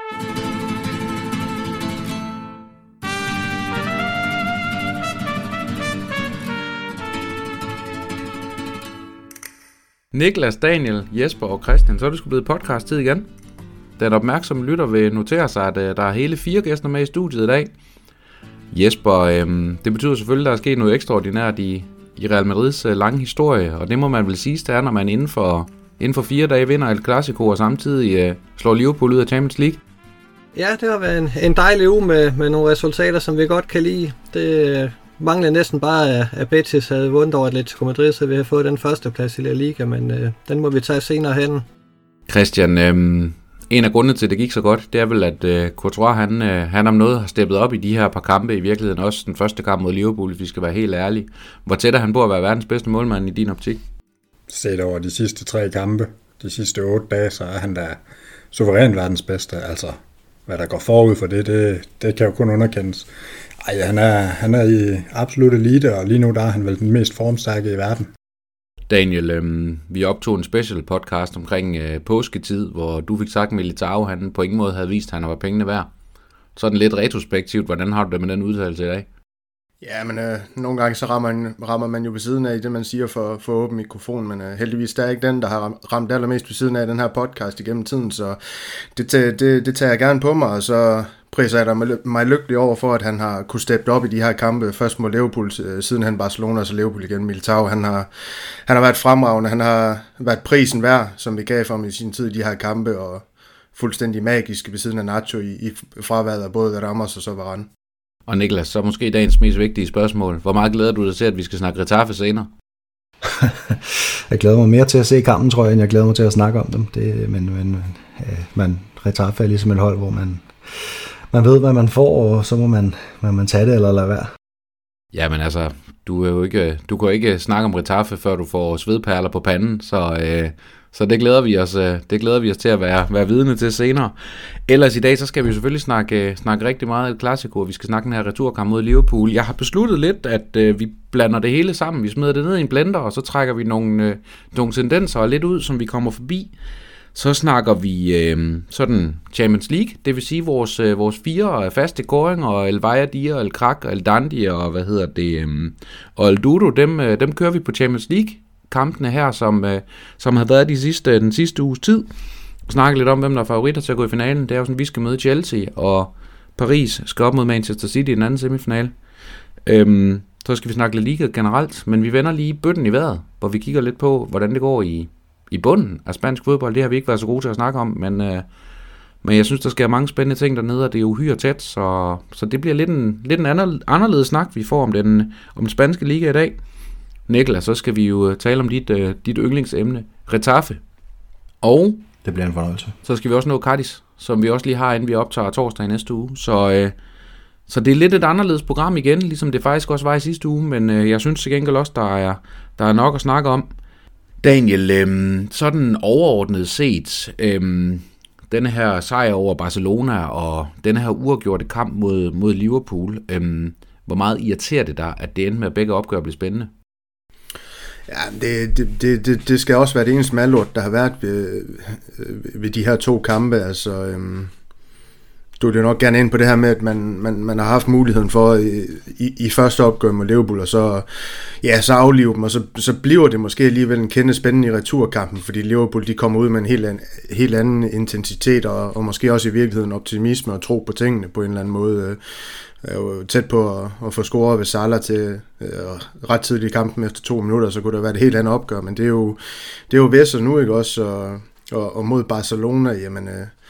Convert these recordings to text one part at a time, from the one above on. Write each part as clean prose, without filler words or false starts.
Niklas, Daniel, Jesper og Christian, så er det sgu blevet podcast-tid igen. Den opmærksomme lytter vil notere sig, at der er hele 4 gæster med i studiet i dag. Jesper, det betyder selvfølgelig, at der er sket noget ekstraordinært i Real Madrids lange historie, og det må man vel sige, at når man inden for 4 dage vinder El Clasico og samtidig slår Liverpool ud af Champions League. Ja, det har været en dejlig uge med nogle resultater, som vi godt kan lide. Det manglede næsten bare, at Betis havde vundet over Atletico Madrid, så vi har fået den første plads i La Liga, men den må vi tage senere hen. Christian, en af grundene til, at det gik så godt, det er vel, at Courtois, han om noget har steppet op i de her par kampe, i virkeligheden også den første kamp mod Liverpool, hvis vi skal være helt ærlige. Hvor tæt er han på at være verdens bedste målmand i din optik? Set over de sidste 3 kampe, de sidste 8 dage, så er han da suveræn verdens bedste. Altså, hvad der går forud for det kan jo kun underkendes. Ej, han er i absolut elite, og lige nu der er han vel den mest formstærke i verden. Daniel, vi optog en special podcast omkring påsketid, hvor du fik sagt, at Militao han på ingen måde havde vist, at han var pengene værd. Sådan lidt retrospektivt, hvordan har du det med den udtalelse i dag? Ja, men nogle gange så rammer man jo ved siden af i det, man siger for åben mikrofon, men heldigvis der er ikke den, der har ramt allermest ved siden af den her podcast igennem tiden, så det tager jeg gerne på mig, og så priser jeg mig lykkelig over for, at han har kunne steppe op i de her kampe, først mod Liverpool, siden han Barcelona, og så Liverpool igen. Militao, han har været fremragende, han har været prisen værd, som vi gav for ham i sin tid i de her kampe, og fuldstændig magisk ved siden af Nacho i fraværet af både Ramos og så Varane. Og Niklas, så måske dagens mest vigtige spørgsmål. Hvor meget glæder du dig til, at vi skal snakke Getafe senere? Jeg glæder mig mere til at se kampen, tror jeg, end jeg glæder mig til at snakke om dem. Men Getafe er ligesom et hold, hvor man ved, hvad man får, og så må man tage det eller lade være. Ja, men altså, du kan ikke snakke om Getafe, før du får svedperler på panden, så det glæder vi os til at være vidne til senere. Ellers i dag, så skal vi selvfølgelig snakke rigtig meget El Clasico, og vi skal snakke den her returkamp mod Liverpool. Jeg har besluttet lidt, at vi blander det hele sammen. Vi smider det ned i en blender, og så trækker vi nogle tendenser lidt ud, som vi kommer forbi. Så snakker vi sådan Champions League, det vil sige vores 4 faste kåringer, og El Valladolid, El Crack, El Dandy og og El Dudo, dem kører vi på Champions League. Kampene her, som har været den sidste uges tid. Snakke lidt om, hvem der er favoritter til at gå i finalen. Det er jo sådan, vi skal møde Chelsea, og Paris skal op mod Manchester City i den anden semifinale. Så skal vi snakke La Liga generelt, men vi vender lige bøtten i vejret, hvor vi kigger lidt på, hvordan det går i bunden af spansk fodbold. Det har vi ikke været så gode til at snakke om, men jeg synes, der sker mange spændende ting dernede, og det er uhyre tæt, så det bliver lidt en anderledes snak, vi får om den spanske liga i dag. Niklas, så skal vi jo tale om dit yndlingsemne, Getafe. Og det bliver en fornøjelse. Så skal vi også nå Cadiz, som vi også lige har, inden vi optager torsdag i næste uge. Så det er lidt et anderledes program igen, ligesom det faktisk også var i sidste uge, men jeg synes til gengæld også, der er nok at snakke om. Daniel, sådan overordnet set, denne her sejr over Barcelona og denne her uafgjorte kamp mod Liverpool, hvor meget irriterer det dig, at det endte med, at begge opgør blev spændende? Ja, det skal også være det eneste malort, der har været ved de her 2 kampe. Altså, du vil jo nok gerne ind på det her med, at man har haft muligheden for i første opgør mod Liverpool, og så aflive dem, og så bliver det måske alligevel en kende spændende i returkampen, fordi Liverpool de kommer ud med en helt anden intensitet, og måske også i virkeligheden optimisme og tro på tingene på en eller anden måde. Er jo tæt på at få scoret ved Salah til ret tidligt i kampen efter 2 minutter, så kunne det være et helt andet opgør, men det er jo Vesser nu, ikke også, og mod Barcelona, jamen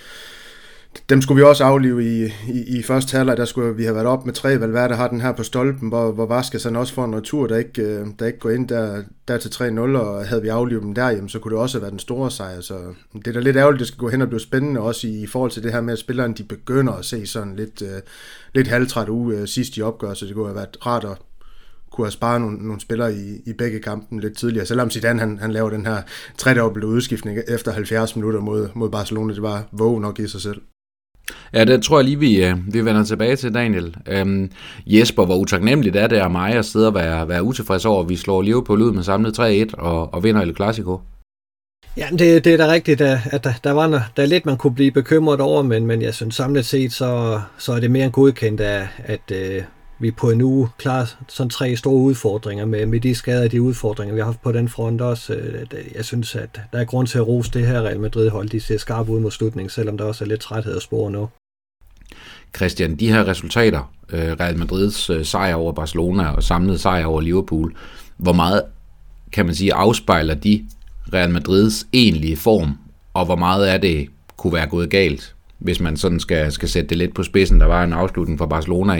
dem skulle vi også aflive i første halvleg. Der skulle vi have været op med 3. Valverde har den her på stolpen, hvor Vasquez han også får en retur, der ikke går ind der til 3-0, og havde vi aflivet dem der, jamen, så kunne det også have været den store sejr. Så det er da lidt ærgerligt, det skal gå hen og blive spændende, også i forhold til det her med, at spillerne de begynder at se sådan lidt halvtræt uge sidst i opgør, så det kunne have været rart at kunne have sparet nogle spillere i begge kampen lidt tidligere. Selvom Zidane han laver den her 3-dobbelte udskiftning efter 70 minutter mod Barcelona, det var våge nok i sig selv. Ja, det tror jeg lige, vi vender tilbage til, Daniel. Jesper, hvor utaknemmeligt er det af mig at sidde og være utilfreds over, at vi slår Liverpool ud med samlet 3-1 og vinder El Clasico? Ja, det er da rigtigt, at der er lidt, man kunne blive bekymret over, men jeg synes samlet set, så er det mere end godkendt, at vi på en uge klarer sådan 3 store udfordringer med de skader og de udfordringer, vi har haft på den front også. Jeg synes, at der er grund til at rose det her Real Madrid-hold. De ser skarpe ud mod slutningen, selvom der også er lidt træthed at spore nu. Christian, de her resultater, Real Madrids sejr over Barcelona og samlet sejr over Liverpool, hvor meget, kan man sige, afspejler de Real Madrids egentlige form, og hvor meget af det kunne være gået galt, hvis man sådan skal sætte det lidt på spidsen? Der var en afslutning fra Barcelona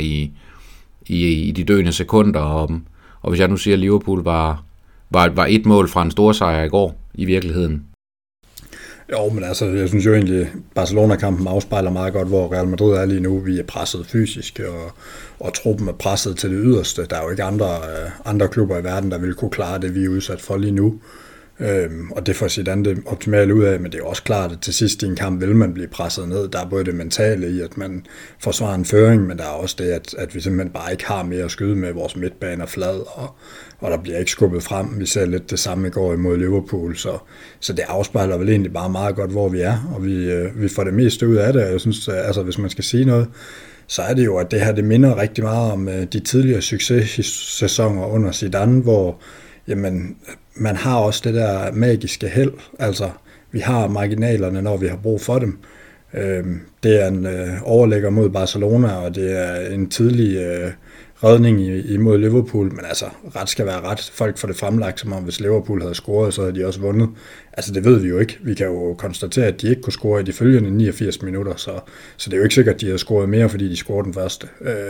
i de døende sekunder, og hvis jeg nu siger, at Liverpool var et mål fra en stor sejr i går i virkeligheden. Jo, men altså, jeg synes jo egentlig, Barcelona-kampen afspejler meget godt, hvor Real Madrid er lige nu. Vi er presset fysisk, og truppen er presset til det yderste. Der er jo ikke andre klubber i verden, der vil kunne klare det, vi er udsat for lige nu. Og det får Zidane det optimale ud af, men det er også klart, at til sidst i en kamp vil man blive presset ned. Der er både det mentale i, at man forsvarer en føring, men der er også det, at vi simpelthen bare ikke har mere at skyde med. Vores midtbane er flad, og der bliver ikke skubbet frem. Vi ser lidt det samme i går imod Liverpool, så det afspejler vel egentlig bare meget godt, hvor vi er, og vi får det meste ud af det. Jeg synes, altså hvis man skal sige noget, så er det jo, at det her det minder rigtig meget om de tidligere successæsoner under Zidane, hvor jamen, man har også det der magiske held, altså vi har marginalerne, når vi har brug for dem. Det er en overlægger mod Barcelona, og det er en tidlig redning imod Liverpool, men altså ret skal være ret. Folk får det fremlagt, som om hvis Liverpool havde scoret, så havde de også vundet. Altså det ved vi jo ikke. Vi kan jo konstatere, at de ikke kunne score i de følgende 89 minutter, så det er jo ikke sikkert, at de har scoret mere, fordi de scorede den første.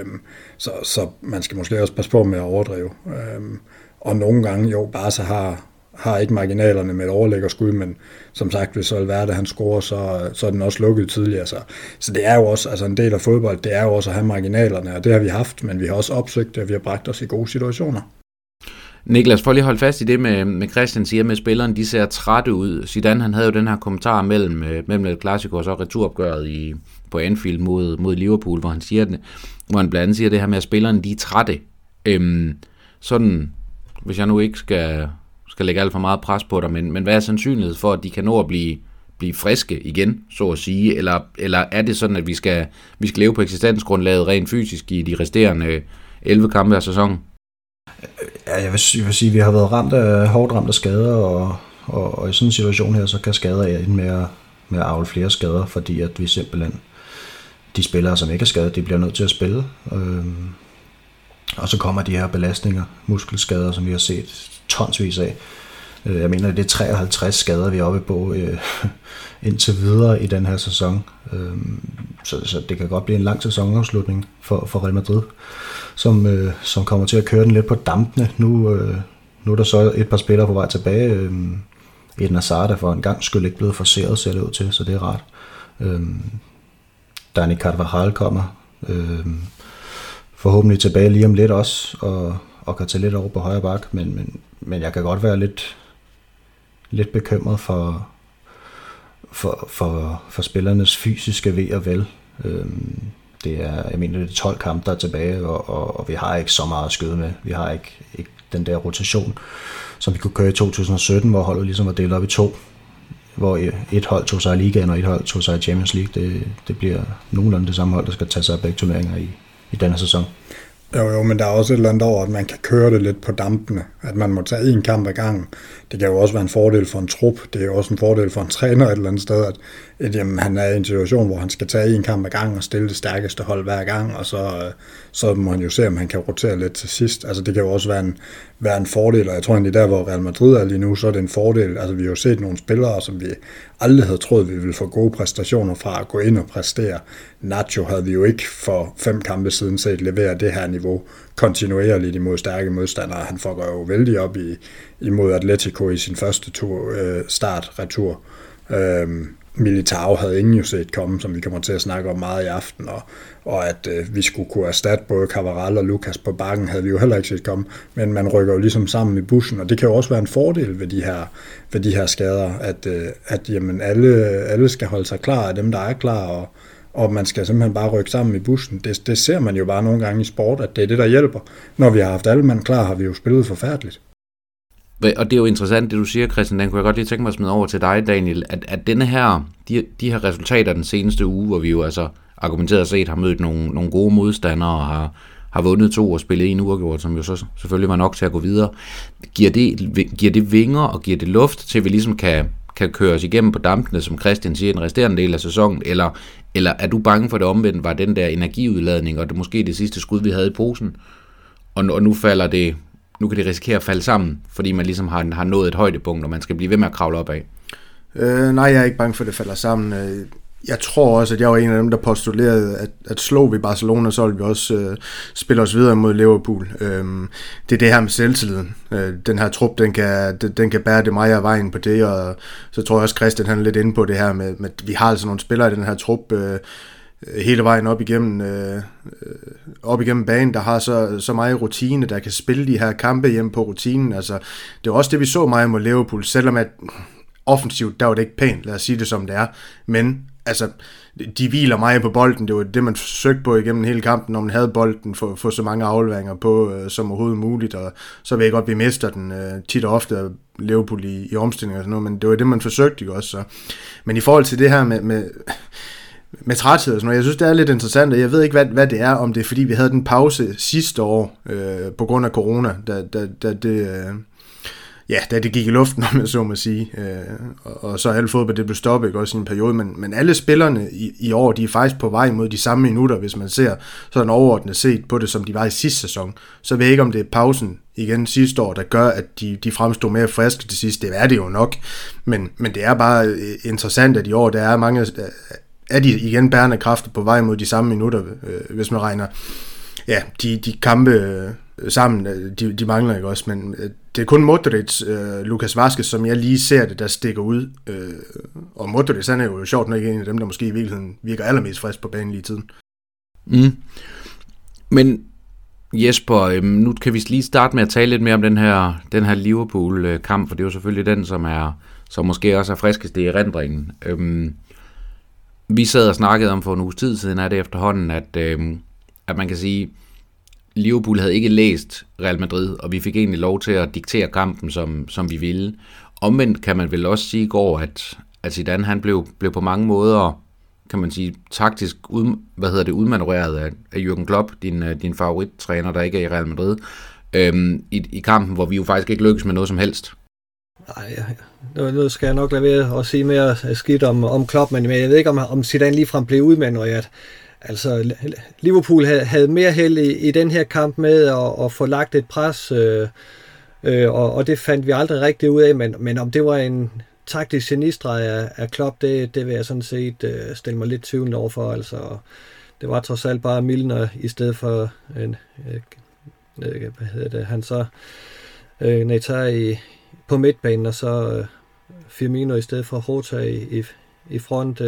Så man skal måske også passe på med at overdrive. Og nogle gange, jo, Barca har ikke marginalerne med et overlæggerskud, men som sagt, hvis Valverde han scorer, så er den også lukket tidligere. Så det er jo også, altså en del af fodbold, det er jo også at have marginalerne, og det har vi haft, men vi har også opsøgt det, og vi har bragt os i gode situationer. Niklas, for lige at holde fast i det med Christian siger, med spilleren, de ser trætte ud. Zidane, han havde jo den her kommentar mellem El Clasico og så returopgøret på Anfield mod Liverpool, hvor han blandt andet siger det her med, at spillerne, de er trætte. Sådan, hvis jeg nu ikke skal lægge alt for meget pres på dig, men hvad er sandsynlighed for, at de kan nå at blive friske igen, så at sige, eller er det sådan, at vi skal leve på eksistensgrundlaget rent fysisk i de resterende 11 kampe af sæsonen? Ja, jeg vil sige, at vi har været hårdt ramt af skader, og i sådan en situation her, så kan skader ende med at avle flere skader, fordi at vi simpelthen, de spillere, som ikke er skadet, de bliver nødt til at spille. Og så kommer de her belastninger, muskelskader, som vi har set tonsvis af. Jeg mener, det er 53 skader, vi er oppe på indtil videre i den her sæson. Så det kan godt blive en lang sæsonafslutning for Real Madrid, som kommer til at køre den lidt på dampene. Nu er der så et par spillere på vej tilbage. Eden Hazard, der for en gang skyld ikke blevet forceret, ser det ud til, så det er rart. Dani Carvajal kommer forhåbentlig tilbage lige om lidt også, og kan tage lidt over på højre bak, men jeg kan godt være lidt bekymret for spillernes fysiske ve og vel. Det er 12 kampe, der er tilbage, og vi har ikke så meget at skyde med. Vi har ikke den der rotation, som vi kunne køre i 2017, hvor holdet ligesom var delt op i 2, hvor et hold tog sig i ligaen, og et hold tog sig i Champions League. Det bliver nogenlunde det samme hold, der skal tage sig af begge turneringer i denne sæson. Jo, men der er også et eller andet over, at man kan køre det lidt på dampene, at man må tage en kamp ad gangen. Det kan jo også være en fordel for en trup, det er jo også en fordel for en træner et eller andet sted, at jamen, han er i en situation, hvor han skal tage en kamp ad gangen og stille det stærkeste hold hver gang, og så må han jo se, om han kan rotere lidt til sidst. Altså det kan jo også være en fordel, og jeg tror egentlig der, hvor Real Madrid er lige nu, så er det en fordel. Altså vi har jo set nogle spillere, som vi aldrig havde troet, vi ville få gode præstationer fra at gå ind og præstere. Nacho havde vi jo ikke for 5 kampe siden set levere det her niveau kontinuerligt imod stærke modstandere. Han får jo vældig op imod Atletico i sin første start-retur. Militao havde ingen jo set komme, som vi kommer til at snakke om meget i aften, og at vi skulle kunne erstatte både Cavaral og Lucas på bakken, havde vi jo heller ikke set komme, men man rykker jo ligesom sammen i bussen, og det kan jo også være en fordel ved de her skader, at jamen alle skal holde sig klar af dem, der er klar, og man skal simpelthen bare rykke sammen i bussen. Det ser man jo bare nogle gange i sport, at det er det, der hjælper. Når vi har haft alle mand klar, har vi jo spillet forfærdeligt. Og det er jo interessant, det du siger, Christian, den kunne jeg godt lige tænke mig at smide over til dig, Daniel, at denne her, de her resultater den seneste uge, hvor vi jo altså argumenteret set har mødt nogle gode modstandere og har vundet 2 og spillet en uafgjort, som jo så selvfølgelig var nok til at gå videre. Giver det vinger og giver det luft til, at vi ligesom kan køre os igennem på dampene, som Christian siger, den resterende del af sæsonen, eller er du bange for det omvendt, var den der energiudladning, og det måske det sidste skud, vi havde i posen, og nu kan det risikere at falde sammen, fordi man ligesom har nået et højdepunkt, og man skal blive ved med at kravle op af? Nej, jeg er ikke bange for, at det falder sammen. Jeg tror også, at jeg var en af dem, der postulerede, at slog vi Barcelona, så ville vi også spille os videre mod Liverpool. Det er det her med selvtilliden. Den her trup, den kan bære det meget af vejen på det, og så tror jeg også, Christian han er lidt inde på det her med at vi har altså nogle spillere i den her trup, hele vejen op igennem banen, der har så meget rutine, der kan spille de her kampe hjemme på rutinen. Altså, det var også det, vi så meget mod Liverpool, selvom at offensivt, der var det ikke pænt, lad os sige det som det er, men altså, de hviler meget på bolden, det var det, man forsøgte på igennem hele kampen, når man havde bolden, få så mange afleveringer på som overhovedet muligt, og så ved jeg godt, vi mister den tit og ofte af Liverpool i omstilling og sådan noget, men det var det, man forsøgte, ikke også? Så. Men i forhold til det her med træthed og sådan noget, jeg synes, det er lidt interessant, og jeg ved ikke, hvad det er, om det er, fordi vi havde den pause sidste år på grund af corona, da det gik i luften, om jeg så må sige, og så alle fodbold, det blev stoppet, ikke også i en periode, men alle spillerne i år, de er faktisk på vej mod de samme minutter, hvis man ser sådan overordnet set på det, som de var i sidste sæson. Så ved jeg ikke, om det er pausen igen sidste år, der gør, at de fremstod mere friske til sidst. Det er det jo nok, men det er bare interessant, at i år, der er mange af de igen bærende kræfter på vej mod de samme minutter, hvis man regner de kampe sammen, de mangler, ikke også, men det er kun Modric, Lucas Vazquez, som jeg lige ser det, der stikker ud, og Modric, han er jo sjovt nok en af dem, der måske i virkeligheden virker allermest frisk på banen lige i tiden. Men Jesper, nu kan vi lige starte med at tale lidt mere om den her Liverpool-kamp, for det er jo selvfølgelig den, som måske også er friskest i erindringen. Vi sad og snakkede om for en uges tid siden, er det efterhånden, at man kan sige, Liverpool havde ikke læst Real Madrid, og vi fik egentlig lov til at diktere kampen, som vi ville. Omvendt kan man vel også sige i går, at Zidane han blev på mange måder, kan man sige, taktisk udmanøvreret af Jürgen Klopp, din favorittræner, der ikke er i Real Madrid, i kampen, hvor vi jo faktisk ikke lykkes med noget som helst. Nej, nu skal jeg nok lade være at sige mere skidt om Klopp, men jeg ved ikke, om Zidane ligefrem blev udmanøvreret. Altså, Liverpool havde mere held i den her kamp med at få lagt et pres, og det fandt vi aldrig rigtig ud af, men om det var en taktisk genistreg af Klopp, det vil jeg sådan set stille mig lidt tvivlende overfor. Altså, det var trods alt bare Milner i stedet for han så Neymar på midtbanen, og så Firmino i stedet for Jota i front.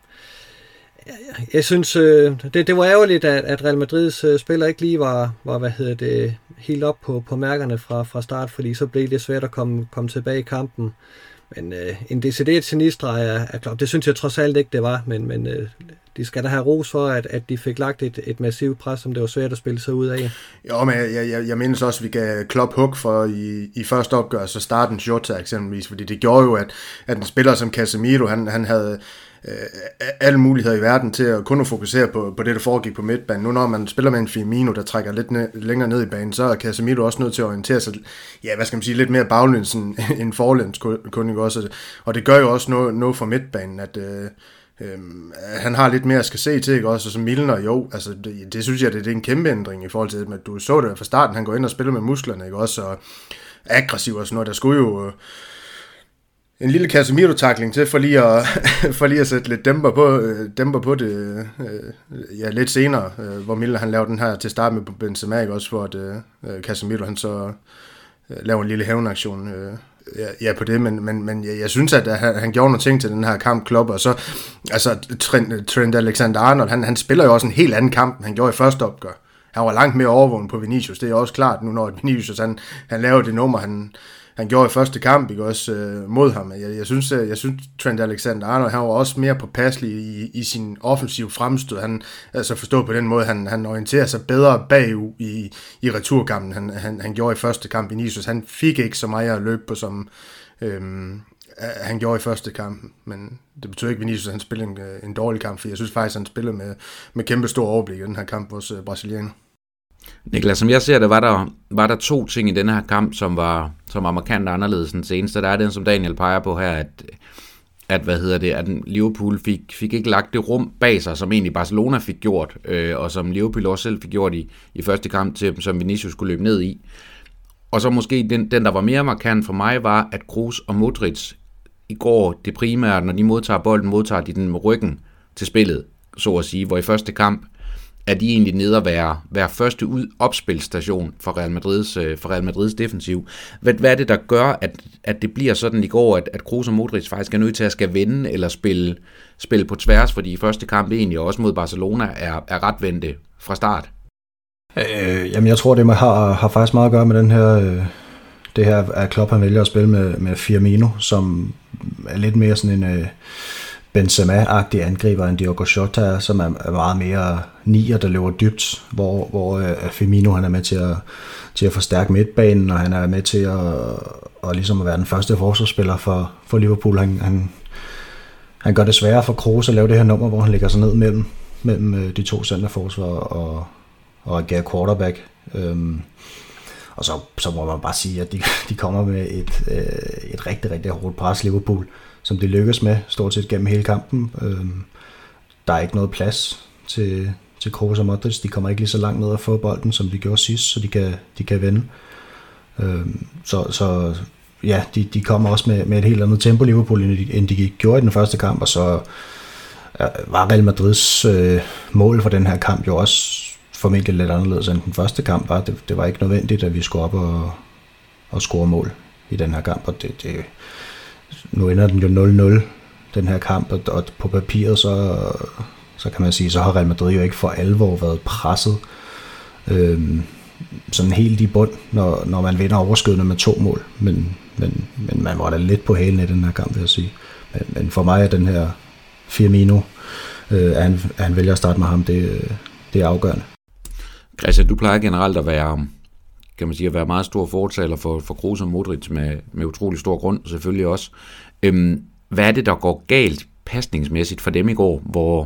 Jeg synes, det var ærgerligt, at Real Madrids spiller ikke lige var helt op på mærkerne fra start, fordi så blev det svært at komme tilbage i kampen. Men en decideret genistreg er klart, det synes jeg trods alt ikke, det var, men de skal da have ros for, at de fik lagt et massivt pres, som det var svært at spille sig ud af. Jo, men jeg mindes også, at vi gav Klopp hug for i første opgør, så starten Jota eksempelvis, fordi det gjorde jo, at en spiller som Casemiro, han havde alle muligheder i verden til at kun fokusere på det, der foregik på midtbanen. Nu når man spiller med en Firmino, der trækker lidt længere ned i banen, så er Casemiro også nødt til at orientere sig, lidt mere baglæns end forlæns, kun ikke også. Og det gør jo også noget for midtbanen, at han har lidt mere at skal se til, ikke også, og så Milner, jo, altså det synes jeg, det er en kæmpe ændring i forhold til, at du så det fra starten, han går ind og spiller med musklerne, ikke også, og aggressiv og sådan noget, der skulle jo en lille Casemiro-tackling til, for lige at sætte lidt dæmper på det, lidt senere, hvor Milner han laver den her til start med Benzema, ikke også, for at Casemiro han så laver en lille hævnaktion på det, men jeg synes, at han gjorde nogle ting til den her kamp, Klopp, og så, altså Trent Alexander-Arnold, han spiller jo også en helt anden kamp, han gjorde i første opgør. Han var langt mere overvågen på Vinicius, det er også klart nu, når Vinicius han laver det nummer, han han gjorde i første kamp, ikke også, mod ham. Jeg synes Trent Alexander-Arnold, han var også mere påpasselig i sin offensive fremstød. Han, altså forstået på den måde, han orienterer sig bedre bagud i returkampen, han gjorde i første kamp i Vinicius. Han fik ikke så meget at løbe på, som han gjorde i første kamp, men det betyder ikke, at Vinicius han spillede en dårlig kamp, for jeg synes faktisk, han spillede med kæmpe stor overblik i den her kamp hos brasilianer. Niklas, som jeg ser det, var der 2 ting i denne her kamp, som var markant anderledes end seneste. Der er den, som Daniel peger på her, at Liverpool fik ikke lagt det rum bag sig, som egentlig Barcelona fik gjort, og som Liverpool også selv fik gjort i første kamp, som Vinicius skulle løbe ned i. Og så måske den, der var mere markant for mig, var, at Kroos og Modric i går, det primære, når de modtager bolden, modtager de den med ryggen til spillet, så at sige, hvor i første kamp er de egentlig nede at være første opspilstation for Real Madrids defensiv. Hvad er det, der gør, at det bliver sådan i går, at Kroos og Modric faktisk er nødt til at skal vende eller spille på tværs, fordi i første kamp egentlig også mod Barcelona er ret vendte fra start? Jamen jeg tror, det har faktisk meget at gøre med den her, det her, at Klopp han vælger at spille med Firmino, som er lidt mere sådan en Benzema-agtig angriber end Diogo Jota, som er meget mere nier, der løber dybt, hvor Firmino han er med til at forstærke midtbanen, og han er med til at ligesom at være den første forsvarsspiller for Liverpool. Han gør det sværere for Kroos at lave det her nummer, hvor han lægger sig ned mellem de 2 centerforsvar og agerer quarterback. Og så må man bare sige, at de kommer med et rigtig, rigtig hårdt pres Liverpool, som de lykkes med stort set gennem hele kampen. Der er ikke noget plads til Kroos og Modric. De kommer ikke lige så langt ned at få bolden, som de gjorde sidst, så de kan vende. Så ja, de kommer også med et helt andet tempo Liverpool, end de gjorde i den første kamp, og så var Real Madrids mål for den her kamp jo også formentlig lidt anderledes end den første kamp var. Det var ikke nødvendigt, at vi skulle op og score mål i den her kamp, og nu ender den jo 0-0, den her kamp, og på papiret, så kan man sige, så har Real Madrid jo ikke for alvor været presset sådan helt i bund, når man vinder overskydende med 2 mål, men man var da lidt på halen i den her kamp, vil jeg sige. Men for mig er den her Firmino, at han vælger at starte med ham, det er afgørende. Christian, du plejer generelt at være, kan man sige, at være meget stor fortaler for Kroos og Modric med utrolig stor grund, selvfølgelig også. Hvad er det, der går galt pasningsmæssigt for dem i går,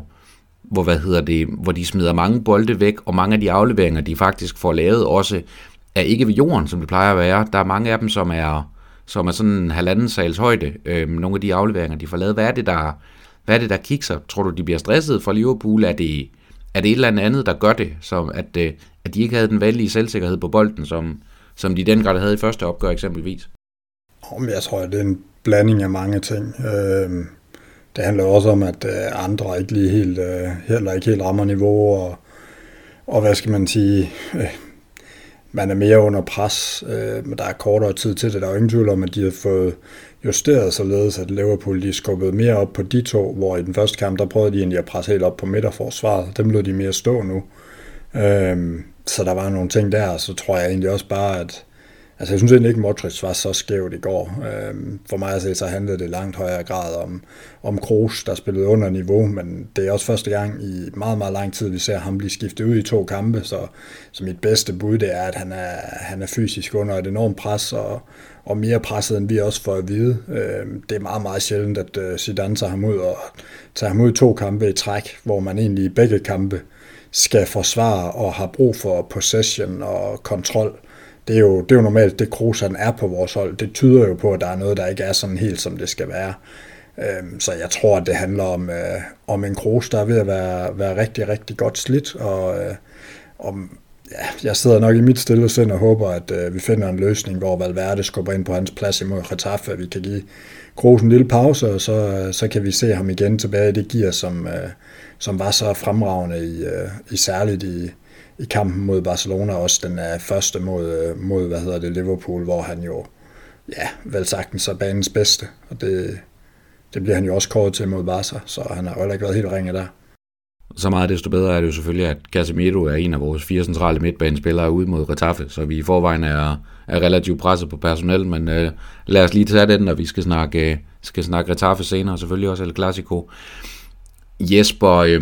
hvor de smider mange bolde væk, og mange af de afleveringer, de faktisk får lavet, også er ikke ved jorden, som det plejer at være. Der er mange af dem, som er sådan 1,5 sals højde. Nogle af de afleveringer, de får lavet. Hvad er det, der kikser? Tror du, de bliver stresset fra Liverpool? Er det et eller andet, der gør det, som at de ikke havde den vældige selvsikkerhed på bolden, som de den grad havde i første opgør eksempelvis? Jeg tror, det er en blanding af mange ting. Det handler også om, at andre ikke lige heller ikke helt rammer niveau, og hvad skal man sige, man er mere under pres, men der er kortere tid til det. Der er jo ingen tvivl om, at de har fået justeret således, at Liverpool de skubbede mere op på de 2, hvor i den første kamp, der prøvede de egentlig at presse helt op på midterforsvaret. Dem lod de mere stå nu. Så der var nogle ting der, så tror jeg egentlig også bare, at jeg synes egentlig ikke, Modric var så skævt i går. For mig at se, så handlede det langt højere grad om Kroos, der spillede under niveau, men det er også første gang i meget, meget lang tid, vi ser ham blive skiftet ud i 2 kampe, så mit bedste bud, det er, at han er fysisk under et enormt pres, og mere presset, end vi også får at vide. Det er meget, meget sjældent, at Zidane tager ham ud i 2 kampe i træk, hvor man egentlig i begge kampe skal forsvare og har brug for possession og kontrol. Det er jo normalt, det Kroos han er på vores hold. Det tyder jo på, at der er noget, der ikke er sådan helt, som det skal være. Så jeg tror, at det handler om en Kroos, der er ved at være rigtig, rigtig godt slidt. Jeg sidder nok i mit stille sind og håber, at vi finder en løsning, hvor Valverde skubber ind på hans plads imod Getafe, at vi kan give Kroos en lille pause, og så kan vi se ham igen tilbage i det gear, som var så fremragende i særligt i kampen mod Barcelona, også den første mod Liverpool, hvor han jo, vel sagtens er banens bedste, og det bliver han jo også kåret til mod Barca, så han har jo ikke været helt ringe der. Så meget desto bedre er det jo selvfølgelig, at Casemiro er en af vores 4 centrale midtbanespillere ude mod Getafe, så vi i forvejen er relativt presset på personel, men lad os lige tage den, når vi skal snakke Getafe senere, selvfølgelig også El Clasico. Jesper,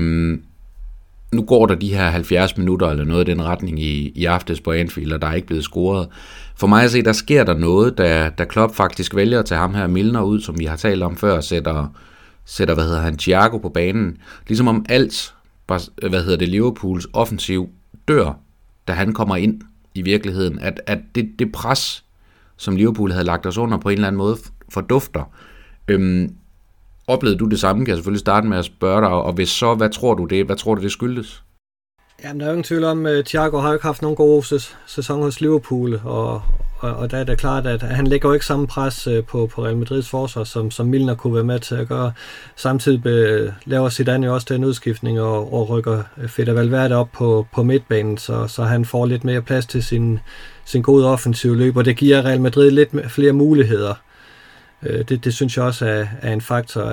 nu går der de her 70 minutter eller noget i den retning i aftes på Anfield, og der er ikke blevet scoret. For mig at se, der sker der noget, da Klopp faktisk vælger at tage ham her Milner ud, som vi har talt om før, sætter Thiago på banen. Ligesom om alt, Liverpools offensiv dør, da han kommer ind i virkeligheden. At det pres, som Liverpool havde lagt os under på en eller anden måde, fordufter. Oplevede du det samme? Kan jeg selvfølgelig starte med at spørge dig, og hvis så, hvad tror du det skyldes? Jamen, der er jo ingen tvivl om, at Thiago har jo ikke haft nogen god sæson hos Liverpool, og der er det klart, at han lægger jo ikke samme pres på Real Madrids forsvar, som Milner kunne være med til at gøre. Samtidig laver Zidane jo også den udskiftning og rykker Fede Valverde op på midtbanen, så han får lidt mere plads til sin gode offensive løb, og det giver Real Madrid lidt flere muligheder. Det synes jeg også er en faktor,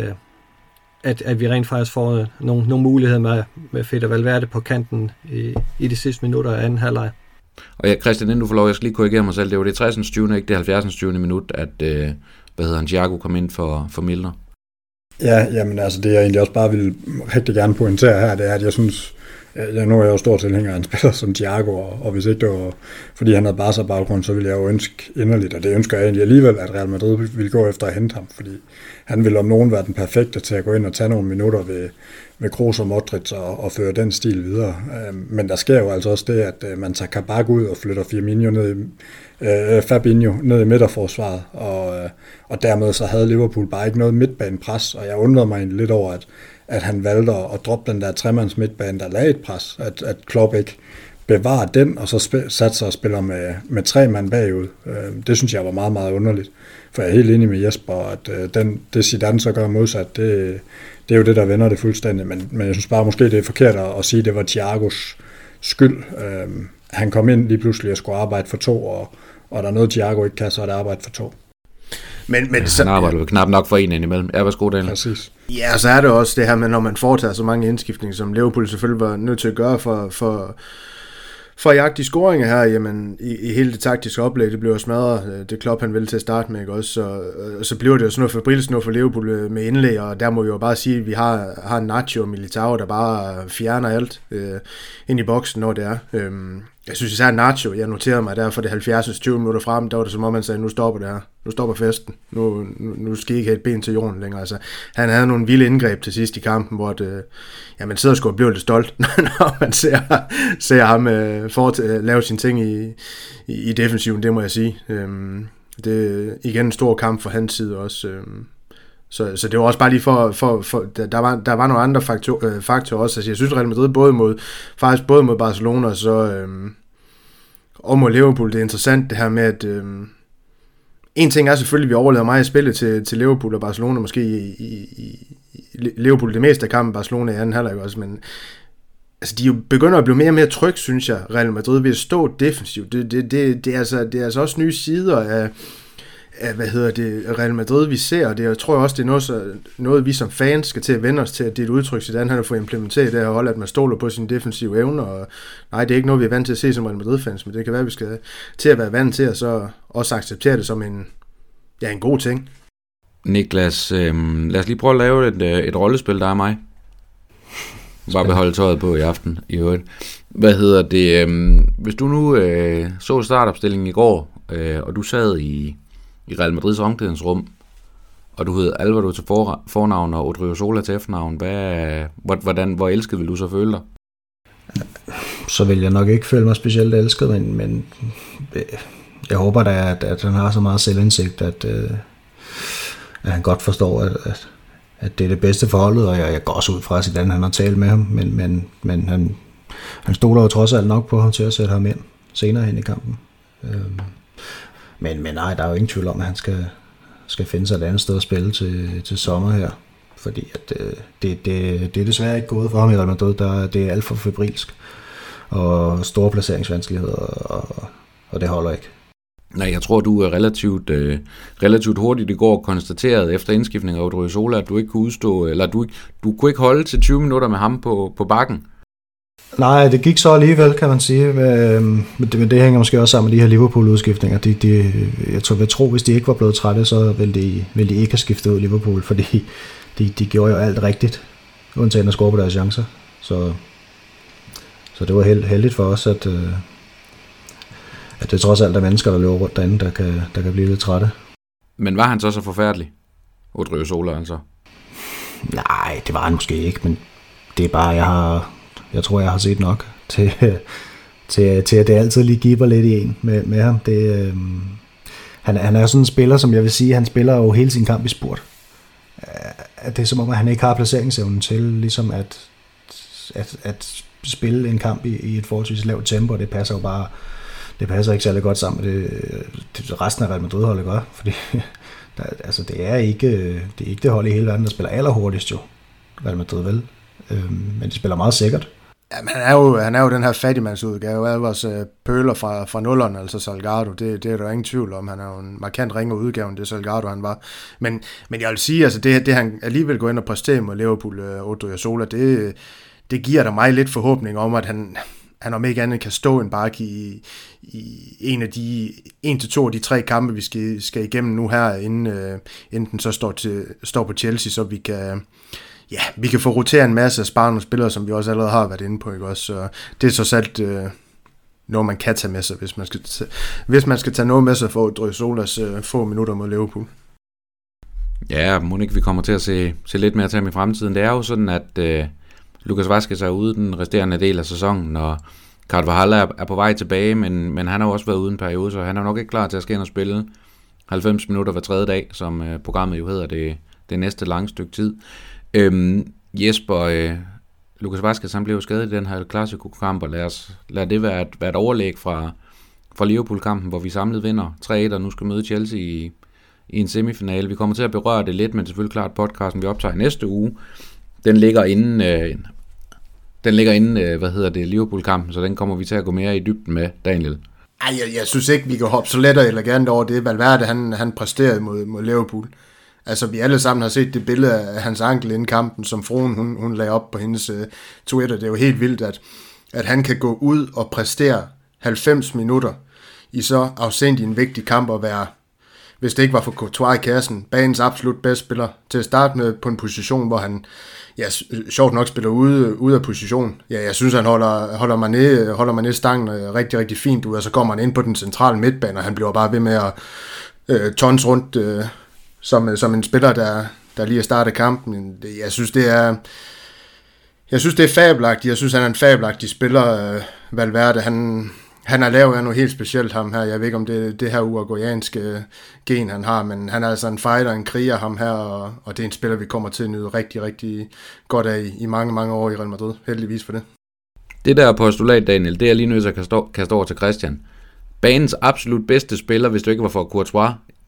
at vi rent faktisk får nogle muligheder med Fede Valverde på kanten i de sidste minutter af anden halvleg. Og ja, Christian, inden du får lov, jeg skal lige korrigere mig selv, det var det 60. 20. ikke det 70. 20. minut, at Thiago kom ind for Milner. Ja, jamen altså det jeg egentlig også bare vil rigtig gerne pointere her, det er, at jeg synes, nu er jeg jo stor tilhænger af en spiller som Thiago, og hvis ikke det var, fordi han havde Barca-baggrund, så ville jeg jo ønske inderligt, og det ønsker jeg egentlig alligevel, at Real Madrid ville gå efter at hente ham, fordi han ville om nogen være den perfekte til at gå ind og tage nogle minutter ved Kroos og Modric og føre den stil videre. Men der sker jo altså også det, at man tager Kabak ud og flytter Fabinho ned i midterforsvaret, og dermed så havde Liverpool bare ikke noget midtbanepres, og jeg undrede mig egentlig lidt over, at han valgte at droppe den der tremands midtbane, der lagde et pres, at Klopp ikke bevarer den, og så satte sig og spiller med 3 mand bagud. Det synes jeg var meget, meget underligt. For jeg er helt enig med Jesper, at det Zidane så gør modsat, det er jo det, der vender det fuldstændig. Men jeg synes bare, måske det er forkert at sige, at det var Thiagos skyld. Han kom ind lige pludselig og skulle arbejde for 2, og der er noget, Thiago ikke kan, så er det arbejde for 2. Men han arbejder jo knap nok for en indimellem. Ja, værsgo, Daniel. Præcis. Ja, så er det også det her med, når man foretager så mange indskiftninger, som Liverpool selvfølgelig var nødt til at gøre for at jagte de scoringer her, jamen i hele det taktiske oplæg, det bliver smadret, det Klopp han ville til at starte med, ikke også? Så bliver det jo sådan noget febrilsk noget for Liverpool med indlæg, og der må vi jo bare sige, at vi har Nacho og Militao, der bare fjerner alt ind i boksen, når det er. Jeg synes især Nacho, jeg noterede mig der for det 70. 20 minutter frem, der var det som om han sagde, nu stopper det her, nu stopper festen, nu skal I ikke have et ben til jorden længere. Altså, han havde nogle vilde indgreb til sidst i kampen, hvor man sidder sgu og bliver lidt stolt, når man ser ham lave sine ting i defensiven, det må jeg sige. Det er igen en stor kamp for hans side også. Så det var også bare lige for der var nogle andre faktorer også. Altså, jeg synes Real Madrid både mod Barcelona og mod Liverpool, det er interessant det her med, at en ting er selvfølgelig, at vi overlader meget i spillet til Liverpool og Barcelona, måske i Liverpool det meste af kampen, Barcelona i anden halvleg også, men altså, de jo begynder at blive mere og mere tryg, synes jeg, Real Madrid ved at stå defensivt. Det er altså også nye sider af Real Madrid, vi ser, og jeg tror også, det er noget vi som fans skal til at vende os til, at det er et udtryk, Zidane han har fået implementeret det her hold, at man stoler på sin defensive evner, og nej, det er ikke noget, vi er vant til at se som Real Madrid-fans, men det kan være, at vi skal til at være vant til at så også acceptere det som en god ting. Niklas, lad os lige prøve at lave et rollespil, der er mig. Bare beholde tøjet på i aften, i øvrigt. Hvis du nu så startopstillingen i går, og du sad i Real Madrids omklædningsrum, og du hed Alvaro til fornavn og Odriozola til efternavn, hvor elsket vil du så føle dig? Så vil jeg nok ikke føle mig specielt elsket, men jeg håber da, at han har så meget selvindsigt, at han godt forstår, at det er det bedste for holdet, og jeg går også ud fra, at Zidane han har talt med ham, men han stoler jo trods alt nok på ham til at sætte ham ind senere hen i kampen. Men nej, der er jo ingen tvivl om, at han skal finde sig et andet sted at spille til sommer her, fordi at det er desværre ikke gået for ham i Real Madrid. Det er alt for febrilsk og store placeringsvanskeligheder, og det holder ikke. Nej, jeg tror, du er relativt hurtigt i går konstateret efter indskiftning af Odriozola, at du ikke kunne udstå, eller du kunne ikke holde til 20 minutter med ham på bakken. Nej, det gik så alligevel, kan man sige. Men det hænger måske også sammen med de her Liverpool-udskiftninger. Jeg tror, hvis de ikke var blevet trætte, så ville de ikke have skiftet ud Liverpool, fordi de gjorde jo alt rigtigt, undtagen at score på deres chancer. Så det var heldigt for os, at det trods alt er mennesker, der løber rundt derinde, der kan blive lidt trætte. Men var han så forfærdelig? Odriozola altså? Nej, det var han måske ikke, men det er bare, jeg tror, jeg har set nok til at det altid lige giver lidt i en med ham. Han er sådan en spiller, som jeg vil sige, han spiller jo hele sin kamp i spurt. Det er som om, at han ikke har placeringsevnen til ligesom at spille en kamp i et forholdsvis lavt tempo, og det passer jo bare. Det passer ikke særlig godt sammen med det resten af Real Madrid-holdet gør, fordi det er ikke det hold i hele verden, der spiller allerhurtigst jo, Real Madrid vel, men de spiller meget sikkert. Jamen, han er jo den her fattigmandsudgave af vores pøler fra nullerne, altså Salgado, det er der ingen tvivl om. Han er jo en markant ringere udgave end det Salgado han var. Men jeg vil sige, altså det han alligevel går ind og præsterer mod Liverpool, Odriozola, det giver der mig lidt forhåbning om, at han om ikke andet kan stå en bakke i en til to af de 3 kampe, vi skal igennem nu her, inden den så står på Chelsea, så vi kan få roteret en masse af sparende spillere, som vi også allerede har været inde på, ikke også? Så det er så sat noget, man kan tage med sig, hvis man skal tage noget med sig for Odriozolas få minutter mod Liverpool. Ja, må ikke vi kommer til at se lidt mere til ham i fremtiden. Det er jo sådan, at Lucas Vázquez er ude den resterende del af sæsonen, og Carvajal er på vej tilbage, men han har jo også været ude en periode, så han er nok ikke klar til at skal ind og spille 90 minutter hver tredje dag, som programmet jo hedder det næste lange stykke tid. Jesper, Lucas Vázquez, han blev jo skadet i den her Clasico-kamp, og lad det være et overlæg fra Liverpool-kampen, hvor vi samlet vinder 3-1, og nu skal møde Chelsea i en semifinale. Vi kommer til at berøre det lidt, men selvfølgelig klart podcasten, vi optager næste uge. Den ligger inden Liverpool-kampen, så den kommer vi til at gå mere i dybden med, Daniel. Ej, jeg synes ikke, vi kan hoppe så let og elegant over det. Valverde, han præsterede mod Liverpool. Altså, vi alle sammen har set det billede af hans ankel inden kampen, som fruen, hun lagde op på hendes Twitter. Det er jo helt vildt, at han kan gå ud og præstere 90 minutter i så afsindig en vigtig kamp og være, hvis det ikke var for Courtois i kassen, banens absolut bedste spiller. Til at starte med på en position, hvor han, sjovt nok spiller ude af position. Ja, jeg synes, han holder Mané stangen rigtig, rigtig fint ud, og så kommer han ind på den centrale midtbane, og han bliver bare ved med at tons rundt som en spiller, der lige har startet kampen. Jeg synes, det er fabelagtigt. Jeg synes, han er en fabelagtig spiller, Valverde. Han er lavet af noget helt specielt, ham her. Jeg ved ikke, om det her uruguayanske gen, han har, men han er altså en fighter, en kriger, ham her, og det er en spiller, vi kommer til at nyde rigtig, rigtig godt af i mange, mange år i Real Madrid. Heldigvis for det. Det der postulat, Daniel, det er lige nødt til at kaste over til Christian. Banens absolut bedste spiller, hvis du ikke var for Courtois.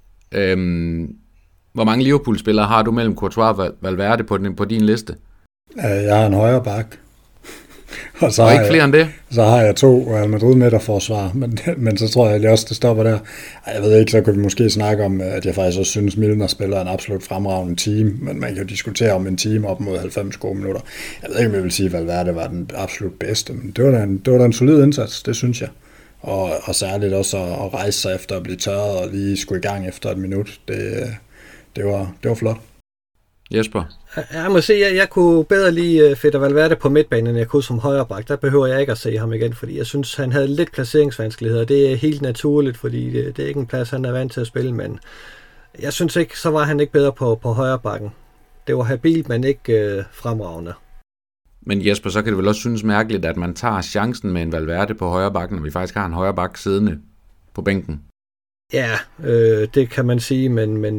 Hvor mange Liverpool-spillere har du mellem Courtois og Valverde på din liste? Jeg har en højre bak. Og ikke flere end det? Så har jeg 2 Real Madrid midterforsvar, men så tror jeg også, det stopper der. Jeg ved ikke, så kunne vi måske snakke om, at jeg faktisk også synes, Milner spiller en absolut fremragende team, men man kan jo diskutere om en team op mod 90 gode minutter. Jeg ved ikke, om jeg vil sige, at Valverde var den absolut bedste, men det var da en solid indsats, det synes jeg. Og særligt også at rejse sig efter at blive tørret og lige skulle i gang efter et minut. Det var flot. Jesper? Jeg må sige, at jeg kunne bedre lide Fede Valverde på midtbanen, end jeg kunne som højreback. Der behøver jeg ikke at se ham igen, fordi jeg synes, han havde lidt placeringsvanskeligheder. Det er helt naturligt, fordi det er ikke en plads, han er vant til at spille, men jeg synes ikke, så var han ikke bedre på højrebacken. Det var habilt, men ikke fremragende. Men Jesper, så kan det vel også synes mærkeligt, at man tager chancen med en Valverde på højrebacken, når vi faktisk har en højreback siddende på bænken. Ja, det kan man sige, men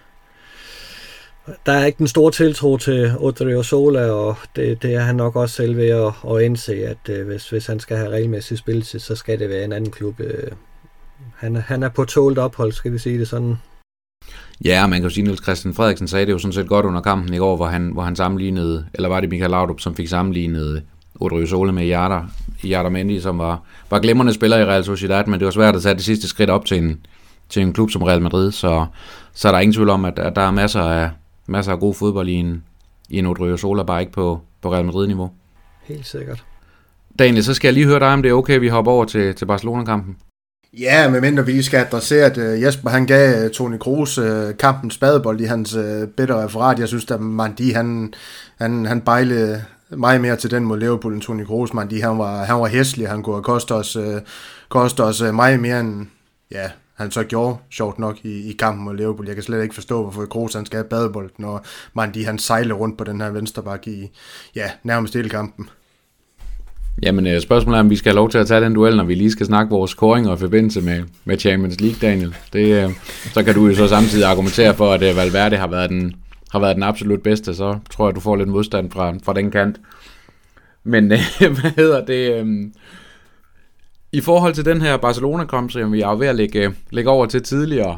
der er ikke den store tiltro til Odriozola, og det er han nok også selv ved at indse, at hvis han skal have regelmæssigt spilletid, så skal det være en anden klub. Han er på tålt ophold, skal vi sige det sådan. Ja, man kan jo sige, at Niels Christian Frederiksen sagde det jo sådan set godt under kampen i går, hvor han sammenlignede, eller var det Michael Laudrup, som fik sammenlignet Odriozola med i Otamendi, som var glimrende spiller i Real Sociedad, men det var svært at tage det sidste skridt op til en klub som Real Madrid, så er der ingen tvivl om, at der er masser af god fodbold i en Odriozola, bare ikke på Real Madrid-niveau. Helt sikkert. Daniel, så skal jeg lige høre dig, om det er okay, vi hopper over til Barcelona-kampen. Ja, medmindre vi lige skal adressere, at Jesper han gav Toni Kroos kampens badebold i hans bedre referat. Jeg synes, at Mandi han bejlede meget mere til den mod Liverpool end Toni Kroos. Mandi han var hæslig, han kunne koste os meget mere end han så gjorde, sjovt nok, i kampen mod Liverpool. Jeg kan slet ikke forstå, hvorfor Kroos han skal have badebold, når Mandi han sejler rundt på den her venstreback i nærmest hele kampen. Jamen, spørgsmålet er, om vi skal have lov til at tage den duel, når vi lige skal snakke vores scoringer i forbindelse med Champions League, Daniel. Så kan du jo så samtidig argumentere for, at Valverde har været den absolut bedste, så tror jeg, du får lidt modstand fra den kant. Men hvad hedder det? I forhold til den her Barcelona-kamp, som vi er ved at lægge over til tidligere,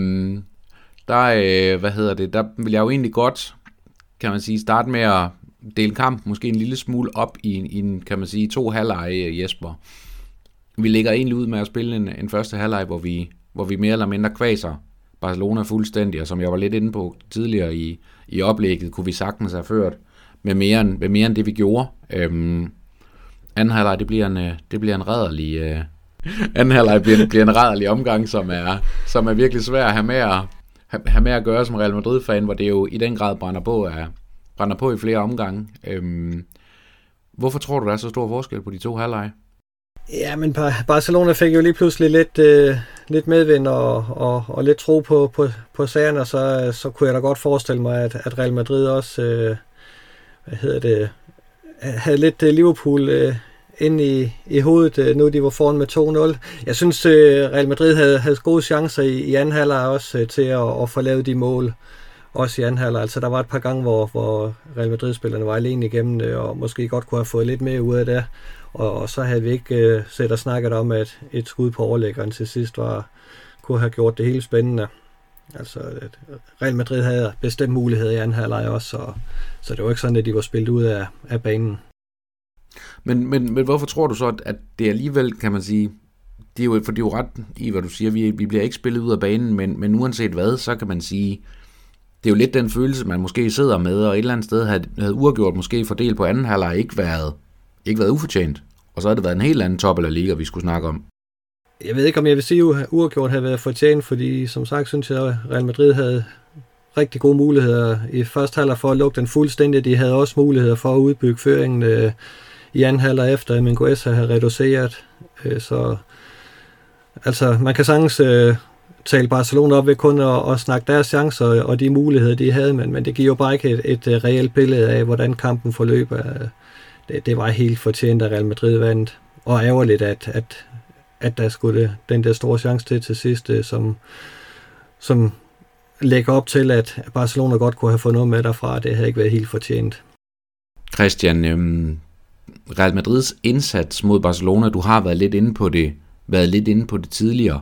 der vil jeg jo egentlig godt, kan man sige, starte med at dele kamp måske en lille smule op i en, kan man sige, 2 halvleje, Jesper. Vi ligger egentlig ud med at spille en første halvleg, hvor vi mere eller mindre kvaser Barcelona fuldstændig, og som jeg var lidt inde på tidligere i oplægget, kunne vi sagtens have ført med mere end det, vi gjorde. Anden halvleg, det bliver en rædderlig anden halvleg bliver en rædderlig omgang, som er virkelig svær at have med at gøre som Real Madrid-fan, hvor det jo i den grad brænder på i flere omgange. Hvorfor tror du, der er så stor forskel på de 2 halvleje? Ja, men Barcelona fik jo lige pludselig lidt medvind og lidt tro på sagerne, og så kunne jeg da godt forestille mig, at Real Madrid også havde lidt Liverpool inde i hovedet, nu de var foran med 2-0. Jeg synes, Real Madrid havde gode chancer i anden halvleg også til at få lavet de mål. Også i anden halvleg. Altså, der var et par gange, hvor Real Madrid-spillerne var alene igennem det, og måske godt kunne have fået lidt mere ud af det. Og så havde vi ikke set og snakket om, at et skud på overlæggeren til sidst kunne have gjort det hele spændende. Altså, Real Madrid havde bestemt mulighed i anden halvleg også, så det var ikke sådan, at de var spillet ud af banen. Men hvorfor tror du så, at det alligevel, kan man sige, det er jo ret i, hvad du siger, vi bliver ikke spillet ud af banen, men uanset hvad, så kan man sige, det er jo lidt den følelse, man måske sidder med, og et eller andet sted havde uafgjort måske fordelt på anden halvleg ikke været ufortjent. Og så har det været en helt anden top eller liga, vi skulle snakke om. Jeg ved ikke, om jeg vil sige, at uafgjort havde været fortjent, fordi som sagt, synes jeg, at Real Madrid havde rigtig gode muligheder i første halvleg for at lukke den fuldstændig. De havde også muligheder for at udbygge føringen i anden halvleg efter, at Mingueza havde reduceret. Så altså, man kan sagtens tale Barcelona op ved kun at snakke deres chancer og de muligheder, de havde, men det giver jo bare ikke et reelt billede af, hvordan kampen forløb. Det var helt fortjent, at Real Madrid vandt, og ærgerligt, at der skulle den der store chance til sidst, som lægger op til, at Barcelona godt kunne have fået noget med derfra. Det havde ikke været helt fortjent. Christian, Real Madrids indsats mod Barcelona, du har været lidt inde på det tidligere.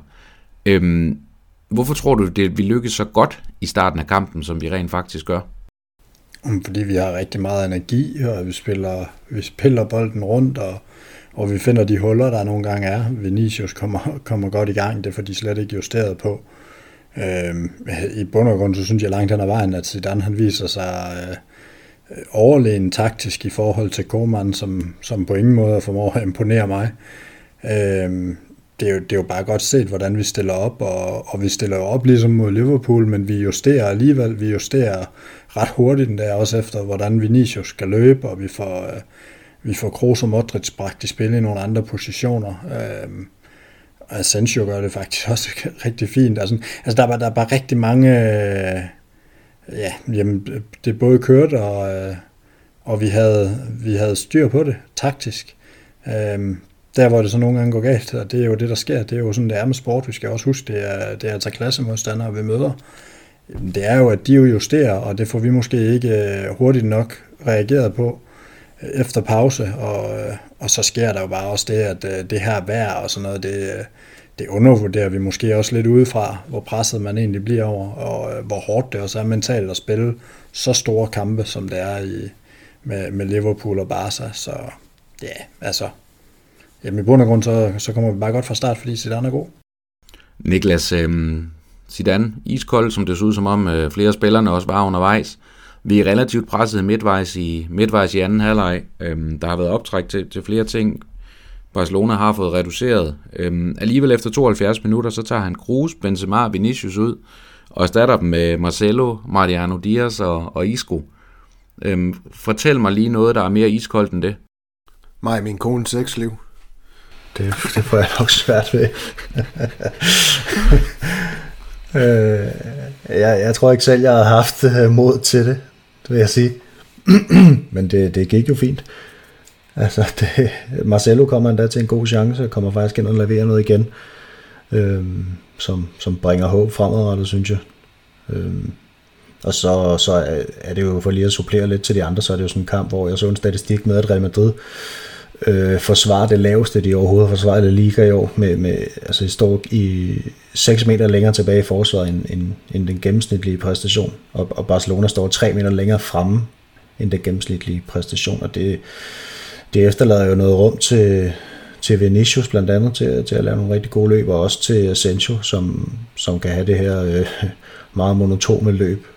Hvorfor tror du, vi lykkes så godt i starten af kampen, som vi rent faktisk gør? Fordi vi har rigtig meget energi, og vi spiller bolden rundt, og vi finder de huller, der nogle gange er. Vinicius kommer godt i gang, det får de slet ikke justeret på. I bund og grund, så synes jeg langt hen ad vejen, at Zidane han viser sig overlegen taktisk i forhold til Koeman, som på ingen måde formår at imponere mig. Det er jo bare godt set, hvordan vi stiller op, og vi stiller jo op ligesom mod Liverpool, men vi justerer alligevel, vi justerer ret hurtigt der også efter, hvordan Vinicius skal løbe, og vi får Kroos og Modric bragt i spil i nogle andre positioner. Asensio gør det faktisk også rigtig fint. Altså der er bare rigtig mange, det er både kørt, og vi havde styr på det taktisk. Der hvor det så nogle gange går galt, og det er jo det, der sker, det er jo sådan, det er med sport, vi skal også huske, det er at tage klassemodstandere, vi møder. Det er jo, at de jo justerer, og det får vi måske ikke hurtigt nok reageret på efter pause, og så sker der jo bare også det, at det her vejr og sådan noget, det undervurderer vi måske også lidt udefra, hvor presset man egentlig bliver over, og hvor hårdt det også er mentalt at spille så store kampe, som det er med Liverpool og Barca, så ja, altså Jamen i bund og grund, så kommer vi bare godt fra start, fordi Zidane er god. Niklas, Zidane, iskold, som det så ud som om flere af spillerne også var undervejs. Vi er relativt presset midtvejs i anden halvleg. Der har været optræk til flere ting. Barcelona har fået reduceret. Alligevel efter 72 minutter, så tager han Kroos, Benzema og Vinicius ud, og erstatter dem med Marcelo, Mariano Diaz og Isco. Fortæl mig lige noget, der er mere iskoldt end det. Mig og min kones sexliv. Det får jeg nok svært ved. Jeg tror ikke selv, jeg har haft mod til det vil jeg sige. Men det gik jo fint. Altså, Marcelo kommer endda til en god chance, og kommer faktisk ind og leverer noget igen, som bringer håb fremadrettet, synes jeg. Og så er det jo for lige at supplere lidt til de andre, så er det jo sådan en kamp, hvor jeg så en statistik med, at Real Madrid forsvarer det laveste, de overhovedet forsvarer det Liga i år, altså de står i 6 meter længere tilbage i forsvaret end den gennemsnitlige præstation, og Barcelona står 3 meter længere fremme end den gennemsnitlige præstation, og det efterlader jo noget rum til Vinicius blandt andet, til at lave nogle rigtig gode løb, og også til Asensio, som kan have det her meget monotone løb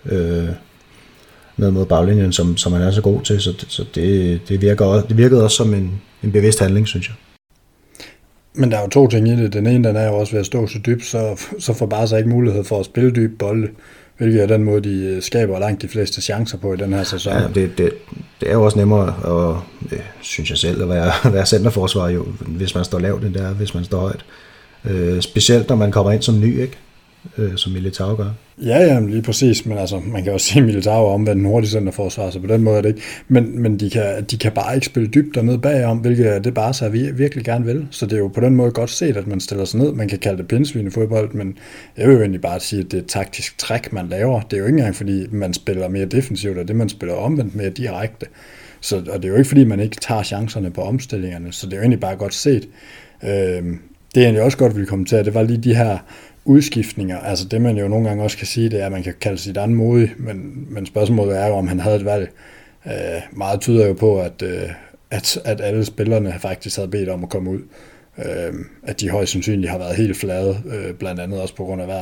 ned mod baglinjen, som han er så god til, så det virkede også som en bevidst handling, synes jeg. Men der er jo 2 ting i det. Den ene, den er jo også ved at stå så dybt, så får Barca ikke mulighed for at spille dyb bolde, hvilket er den måde, de skaber langt de fleste chancer på i den her sæson. Ja, det er jo også nemmere, at, synes jeg selv, at være centerforsvar, jo, hvis man står lavt, end det er, hvis man står højt. Specielt når man kommer ind som ny, ikke? Som Militao gør. Ja, lige præcis, men altså, man kan også sige, at Militao er omvendt en hurtig centerforsvar, så på den måde er det ikke. Men de kan bare ikke spille dybt dernede bagom, hvilket det bare så virkelig gerne vil. Så det er jo på den måde godt set, at man stiller sig ned. Man kan kalde det pindsvin i fodbold, men jeg vil jo egentlig bare sige, at det er et taktisk træk, man laver. Det er jo ikke engang, fordi man spiller mere defensivt, og det man spiller omvendt mere direkte. Og det er jo ikke, fordi man ikke tager chancerne på omstillingerne, så det er jo egentlig bare godt set. Det er egentlig også godt, vi komme til, at det var lige de her udskiftninger, altså det man jo nogle gange også kan sige, det er, at man kan kalde Zidane modig, men spørgsmålet er jo, om han havde et valg. Meget tyder jo på, at alle spillerne faktisk havde bedt om at komme ud. At de højst sandsynligt har været helt flade, blandt andet også på grund af vejr.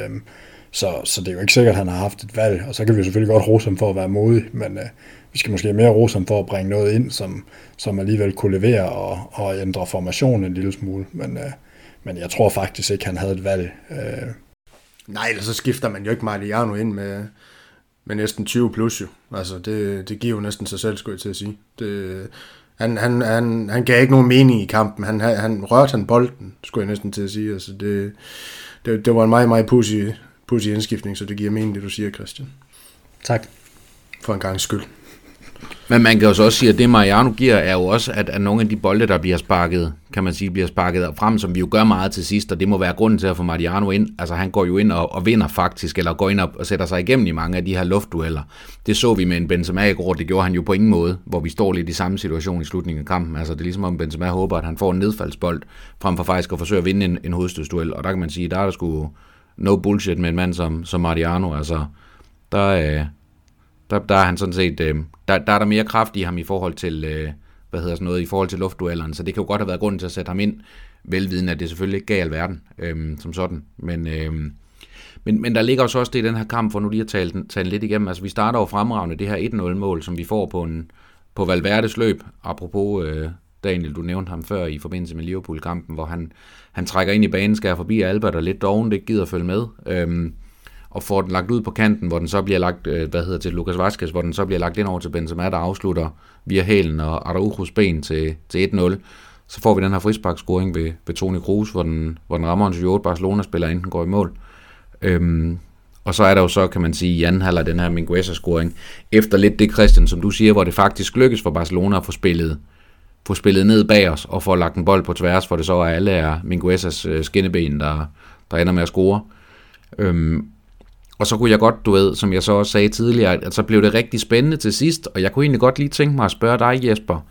Så det er jo ikke sikkert, at han har haft et valg, og så kan vi selvfølgelig godt rose ham for at være modig, men vi skal måske mere rose ham for at bringe noget ind, som alligevel kunne levere og ændre formationen en lille smule, men jeg tror faktisk ikke, han havde et valg. Nej, ellers så skifter man jo ikke Mariano ind med næsten 20 plus jo. Altså, det giver jo næsten sig selv, skulle jeg til at sige. Han gav ikke nogen mening i kampen. Han rørte bolden, skulle jeg næsten til at sige. Altså, det var en meget, meget pudsig indskiftning, så det giver mening, det du siger, Christian. Tak. For en gangs skyld. Men man kan jo så også sige, at det Mariano giver, er jo også, at nogle af de bolde, der bliver sparket, kan man sige, bliver sparket frem, som vi jo gør meget til sidst, og det må være grunden til at få Mariano ind. Altså han går jo ind og vinder faktisk, eller går ind og sætter sig igennem i mange af de her luftdueller. Det så vi med en Benzema i går, det gjorde han jo på ingen måde, hvor vi står lidt i samme situation i slutningen af kampen. Altså det er ligesom om Benzema håber, at han får en nedfaldsbold, frem for faktisk at forsøge at vinde en hovedstødsduel, og der kan man sige, der er der sgu no bullshit med en mand som Mariano, altså der er han sådan set, der er der mere kraft i ham i forhold til, i forhold til luftduellerne, så det kan jo godt have været grunden til at sætte ham ind, velviden at det selvfølgelig ikke gav alverden, som sådan, men der ligger også det i den her kamp, for nu lige at tale lidt igennem, altså vi starter jo fremragende det her 1-0-mål, som vi får på Valverdes løb, apropos Daniel, du nævnte ham før i forbindelse med Liverpool-kampen, hvor han trækker ind i banen, skærer forbi Albert og lidt doven, det ikke gider at følge med, og får den lagt ud på kanten, hvor den så bliver lagt, til Lucas Vazquez, hvor den så bliver lagt ind over til Benzema, der afslutter via hælen og Araujos ben til 1-0. Så får vi den her frisparkscoring ved Toni Kroos, hvor den rammer en 7-8 Barcelona-spiller, inden den går i mål. Og så er der jo så, kan man sige, i anden halvleg den her Mingueza-scoring. Efter lidt det, Christian, som du siger, hvor det faktisk lykkes for Barcelona at få spillet ned bag os, og få lagt en bold på tværs, for det så er alle er Minguezas skinneben, der ender med at score. Og så kunne jeg godt, som jeg så også sagde tidligere, at så blev det rigtig spændende til sidst, og jeg kunne egentlig godt lige tænke mig at spørge dig, Jesper.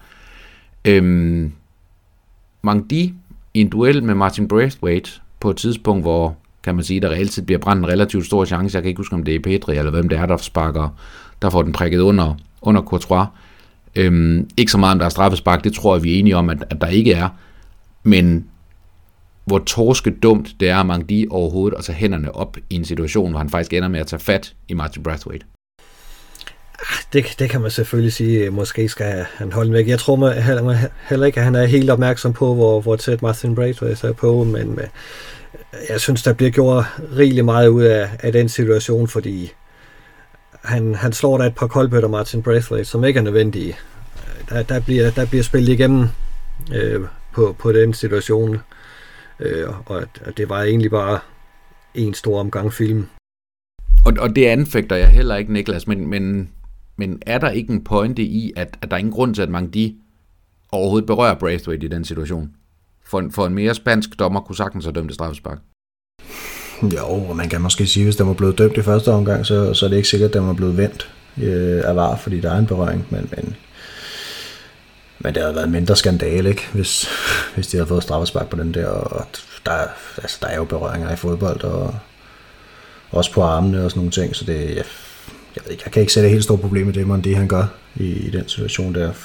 Mangdi i en duel med Martin Braithwaite på et tidspunkt, hvor, kan man sige, der reelt set bliver brændt en relativt stor chance. Jeg kan ikke huske, om det er Pedri, eller hvem det er, der får den prikket under Courtois. Ikke så meget, om der er straffespark, det tror jeg, vi er enige om, at der ikke er. Men hvor torske dumt det er Mangdi overhovedet at tage hænderne op i en situation, hvor han faktisk ender med at tage fat i Martin Brathwaite. Det kan man selvfølgelig sige, måske skal han holde væk. Jeg tror heller ikke, at han er helt opmærksom på, hvor tæt Martin Brathwaite er på, men jeg synes, der bliver gjort rigeligt meget ud af den situation, fordi han slår der et par koldbøtter Martin Brathwaite, som ikke er nødvendige. Der bliver spillet igennem på den situation, og det var egentlig bare en stor omgang film. Og det anfægter jeg heller ikke, Niklas, men er der ikke en pointe i, at der er ingen grund til, at Mangdi overhovedet berører Brathwaite i den situation? For en mere spansk dommer kunne sagtens have dømt et straffespark. Jo, man kan måske sige, hvis den var blevet dømt i første omgang, så er det ikke sikkert, at den var blevet vendt af VAR, fordi der er en berøring, men det havde været en mindre skandale, ikke? Hvis de havde fået straffespark på den der, og der er jo berøringer i fodbold, og også på armene og sådan nogle ting, så det, jeg kan ikke se det helt store problem med det, men det han gør i den situation der.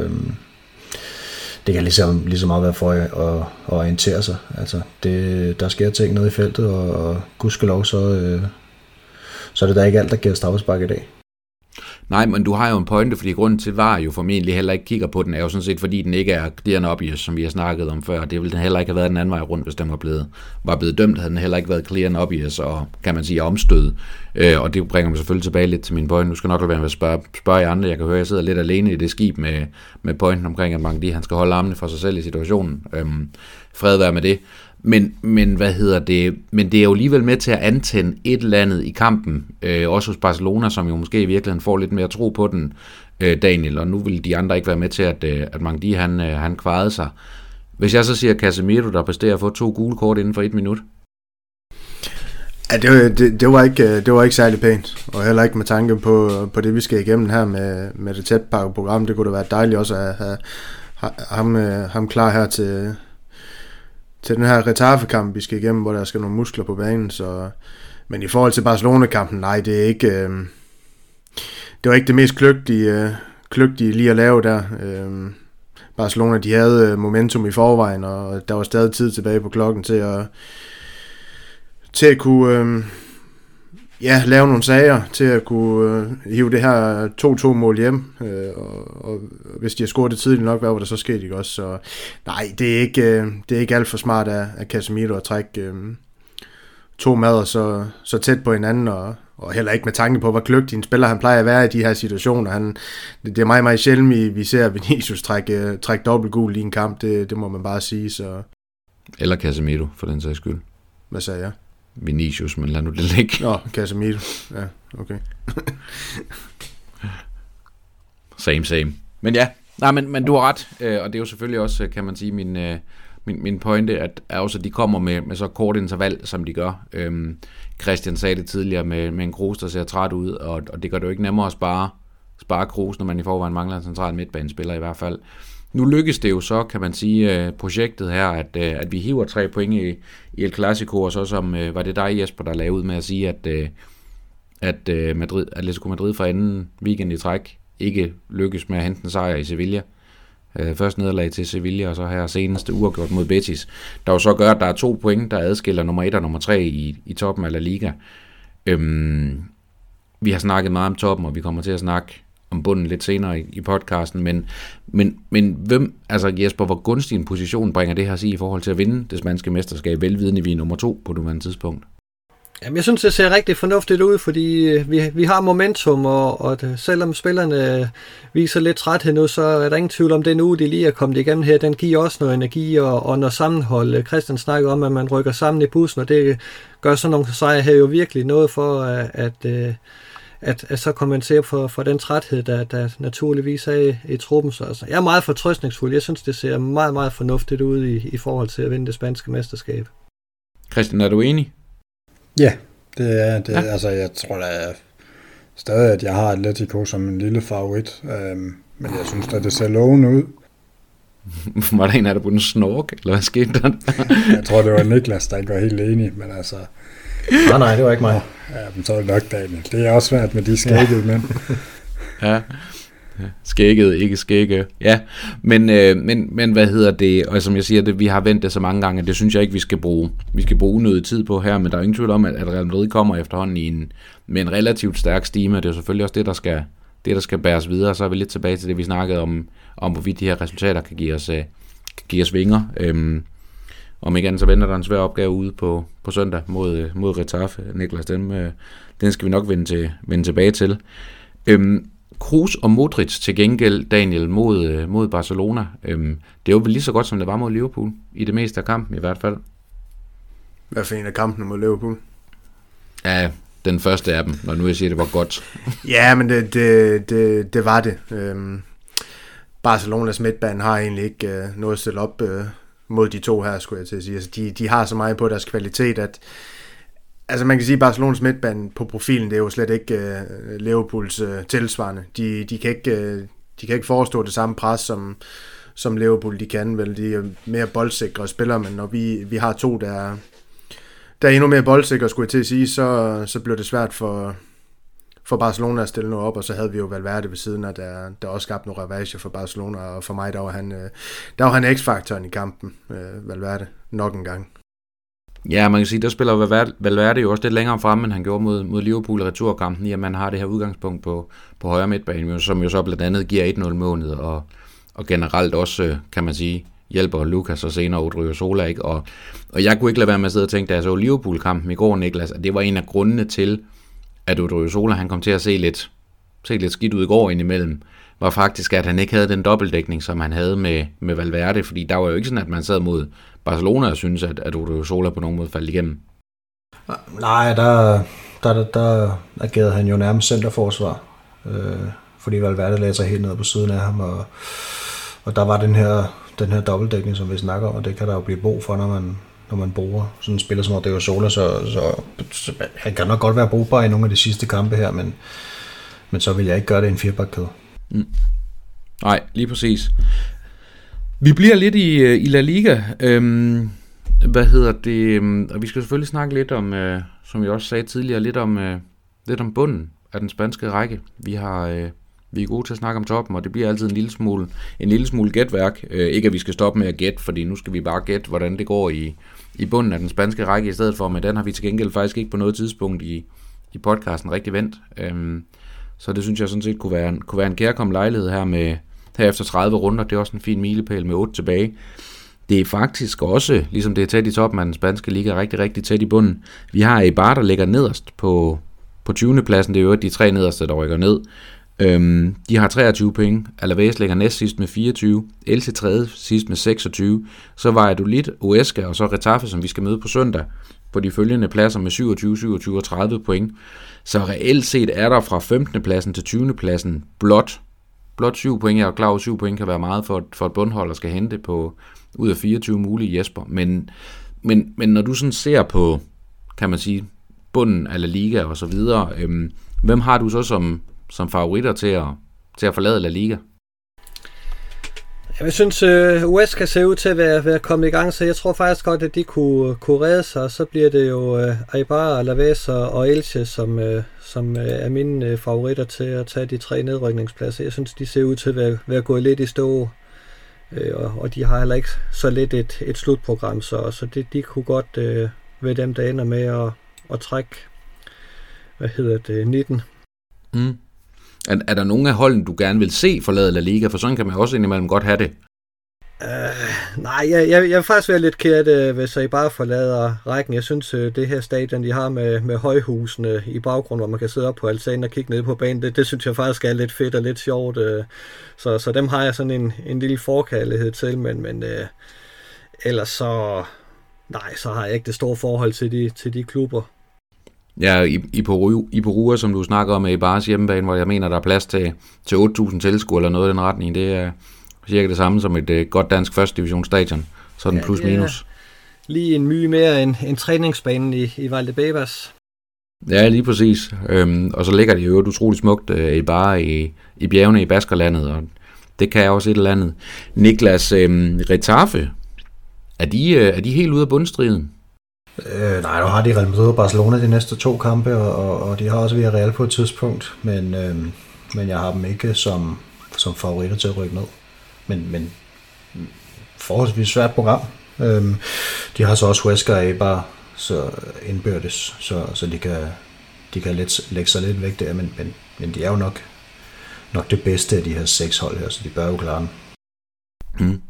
Det kan lige så meget være for at orientere sig. Altså, der sker ting nede i feltet, og gudskelov, så er det da ikke alt, der giver straffespark i dag. Nej, men du har jo en pointe, fordi grunden til VAR jo formentlig heller ikke kigger på den, er jo sådan set, fordi den ikke er clear and obvious, som vi har snakket om før. Det ville den heller ikke have været den anden vej rundt, hvis den var blevet dømt, havde den heller ikke været clear and obvious, og kan man sige omstød. Og det bringer mig selvfølgelig tilbage lidt til min pointe. Nu skal nok være med at spørge jer andre. Jeg kan høre, at jeg sidder lidt alene i det skib med pointen omkring, at Mangdi, han skal holde armene for sig selv i situationen. Fred være med det. Men men det er jo alligevel med til at antænde et eller andet i kampen, også hos Barcelona, som jo måske i virkeligheden får lidt mere tro på den, Daniel, og nu vil de andre ikke være med til, at Mangdi han kvarede sig. Hvis jeg så siger Casemiro, der præsterer at få 2 gule kort inden for 1 minut. Ja, det var ikke særlig pænt, og heller ikke med tanke på det, vi skal igennem her med det tætpakkede program. Det kunne da være dejligt også at have ham klar her til den her Getafe-kamp, vi skal igennem, hvor der skal nogle muskler på banen. Men i forhold til Barcelona-kampen, nej, det er ikke, det var ikke det mest kløgtige lige at lave der. Barcelona, de havde momentum i forvejen, og der var stadig tid tilbage på klokken til at kunne lave nogle sager, til at kunne hive det her 2-2-mål hjem, og hvis de har scoret det tidligt nok, hvad var der så sket, ikke også? Så nej, det er ikke alt for smart af Casemiro at trække 2 madder så tæt på hinanden, og heller ikke med tanke på, hvor kløgtig en spiller han plejer at være i de her situationer. Det er meget, meget sjældent, vi ser Vinicius trække dobbelt gul i en kamp, det må man bare sige. Så. Eller Casemiro, for den sags skyld. Hvad sagde jeg? Vinicius, men lad nu det ligge. Nå, Casemiro. Ja, okay. Same. Men ja, nej, men du har ret, og det er jo selvfølgelig også, kan man sige, min pointe, at også de kommer med så kort interval, som de gør. Christian sagde det tidligere med en Kroos, der ser træt ud, og det gør det jo ikke nemmere at spare Kroos, når man i forvejen mangler en central midtbanespiller i hvert fald. Nu lykkes det jo så, kan man sige, projektet her, at vi hiver 3 point i El Clasico, og så som var det dig, Jesper, der lavede ud med at sige, at Atletico Madrid for anden weekend i træk ikke lykkes med at hente en sejr i Sevilla. Først nederlag til Sevilla, og så her seneste uafgjort mod Betis, der jo så gør, at der er 2 point, der adskiller nummer 1 og nummer 3 i toppen af La Liga. Vi har snakket meget om toppen, og vi kommer til at snakke om bunden lidt senere i podcasten, men hvem, altså Jesper, hvor gunstig en position bringer det her sig i forhold til at vinde det spanske mesterskab, velvidende vi er nummer 2 på nuværende tidspunkt? Jamen, jeg synes, det ser rigtig fornuftigt ud, fordi vi har momentum, og selvom spillerne viser lidt træthed nu, så er der ingen tvivl om, den uge, de lige er kommet igennem her, den giver også noget energi og noget sammenhold. Christian snakker om, at man rykker sammen i bussen, og det gør sådan nogle sejre her jo virkelig noget for, at så kompensere for den træthed, der naturligvis er i truppen. Så altså, jeg er meget fortrøstningsfuld. Jeg synes, det ser meget, meget fornuftigt ud i forhold til at vinde det spanske mesterskab. Christian, er du enig? Ja, det er. Ja. Altså, jeg tror da stadig, at jeg har Atletico som en lille favorit, men jeg synes at det ser lovende ud. Var der en af der på en snork, eller hvad skete der? Jeg tror, det var Niklas, der ikke var helt enig, men altså... Nej, det var ikke mig. Ja, men så er det nok, Daniel. Det er også svært med de skæggede mænd. Ja. Skægget, ikke skægge. Ja, men hvad hedder det? Og som jeg siger, det, vi har vendt det så mange gange, det synes jeg ikke, vi skal bruge unødig tid på her, men der er ingen tvivl om, at Real Madrid kommer efterhånden med en relativt stærk stime. Det er jo selvfølgelig også det, der skal bæres videre. Så er vi lidt tilbage til det, vi snakkede om hvorvidt de her resultater kan give os vinger. Om ikke andet, så venter der en svær opgave ude på søndag mod Getafe. Niklas, den skal vi nok vende tilbage til. Kroos og Modric til gengæld, Daniel, mod Barcelona. Det er jo vel lige så godt, som det var mod Liverpool, i det meste af kampen i hvert fald. Hvad for en af kampene mod Liverpool? Ja, den første af dem, når nu jeg siger, det var godt. Ja, men det var det. Barcelonas midtbane har egentlig ikke noget at stille op mod de to her, skulle jeg til at sige. Altså, de har så meget på deres kvalitet, at altså man kan sige, at Barcelonas midtbane på profilen, det er jo slet ikke Liverpools tilsvarende. De kan ikke forestå det samme pres, som Liverpool de kan. Vel, de er mere boldsikre spillere, men når vi har to, der er endnu mere boldsikre, skulle jeg til at sige, så blev det svært for Barcelona at stille noget op, og så havde vi jo Valverde ved siden af, der også skabte nogle revage for Barcelona, og for mig, der var han x-faktoren i kampen, Valverde, nok en gang. Ja, man kan sige, der spiller Valverde jo også lidt længere frem, end han gjorde mod Liverpool i returkampen, i at man har det her udgangspunkt på højre midtbane, som jo så blandt andet giver 1-0-målet, og generelt også, kan man sige, hjælper Lucas og senere Odriozola, ikke? Og jeg kunne ikke lade være med at sidde og tænke, da jeg så Liverpool-kampen i går, Niklas, at det var en af grundene til, at Odriozola, han kom til at se lidt skidt ud i går indimellem, var faktisk, at han ikke havde den dobbeltdækning, som han havde med Valverde, fordi der var jo ikke sådan, at man sad mod Barcelona og synes, at Odriozola på nogen måde faldt igennem. Nej, der agerede han jo nærmest centerforsvar, fordi Valverde lagde sig helt ned på siden af ham, og der var den her dobbeltdækning, som vi snakker om, og det kan der jo blive brug for, når man bruger sådan en spiller som Odriozola, så han kan nok godt være brugbar i nogle af de sidste kampe her, men så vil jeg ikke gøre det i en firebakkæde. Nej, lige præcis. Vi bliver lidt i La Liga. Og vi skal selvfølgelig snakke lidt om, som jeg også sagde tidligere, lidt om bunden af den spanske række. Vi er gode til at snakke om toppen, og det bliver altid en lille smule gætværk. Ikke at vi skal stoppe med at gætte, fordi nu skal vi bare gætte, hvordan det går i bunden af den spanske række i stedet for, men den har vi til gengæld faktisk ikke på noget tidspunkt i podcasten rigtig vendt. Så det synes jeg sådan set kunne være en kærkommen lejlighed her efter 30 runder. Det er også en fin milepæl med 8 tilbage. Det er faktisk også, ligesom det er tæt i toppen af den spanske liga, rigtig, rigtig tæt i bunden. Vi har Eibar, der ligger nederst på 20. pladsen. Det er jo de 3 nederste, der rykker ned. De har 23 point. Alaves ligger næst sidst med 24. Elche tredje sidst med 26. Så Valladolid, Huesca og så Getafe, som vi skal møde på søndag, på de følgende pladser med 27, 27 og 30 point. Så reelt set er der fra 15. pladsen til 20. pladsen blot 7 point. Jeg er klar over, 7 point kan være meget for et bundhold, der skal hente på ud af 24 mulige, Jesper. Men når du sådan ser på, kan man sige, bunden af La Liga og så videre, hvem har du så som favoritter til at forlade La Liga? Jeg synes, Huesca ser ud til at være kommet i gang, så jeg tror faktisk godt, at de kunne redde sig. Så bliver det jo Eibar, Alaves og Elche, som er mine favoritter til at tage de 3 nedrykningspladser. Jeg synes, de ser ud til at være gået lidt i stå, og de har heller ikke så lidt et slutprogram, så de kunne godt være dem, der ender med at trække, 19. Mm. Er der nogen af holden, du gerne vil se forlade La Liga? For sådan kan man også indimellem godt have det. Nej, jeg vil faktisk være lidt ked hvis I bare forlader rækken. Jeg synes, det her stadion, de har med højhusene i baggrunden, hvor man kan sidde op på altanen og kigge ned på banen, det synes jeg faktisk er lidt fedt og lidt sjovt. Så dem har jeg sådan en lille forkærlighed til, men ellers så har jeg ikke det store forhold til de klubber. Ja, i Peru, som du snakker om, i Eibars hjemmebane, hvor jeg mener, der er plads til 8.000 tilskuere eller noget i den retning. Det er cirka det samme som et godt dansk første divisionsstadion. Sådan plus minus. Lige en my mere end træningsbanen i Valdebebas. Ja, lige præcis. Og så ligger det jo utroligt smukt Eibar i bjergene i Baskerlandet, og det kan jeg også et eller andet. Niklas, Getafe, er de helt ude af bundstriden? Nej, nu har de Real Madrid og Barcelona de næste 2 kampe, og de har også Villarreal på et tidspunkt, men jeg har dem ikke som som favoritter til at rykke ned. Men forholdsvis svært program. De har så også Huesca og Eibar så indbyrdes, så de kan lægge sig lidt væk der, men de er jo nok det bedste af de her 6 hold her, så de bør jo klare den.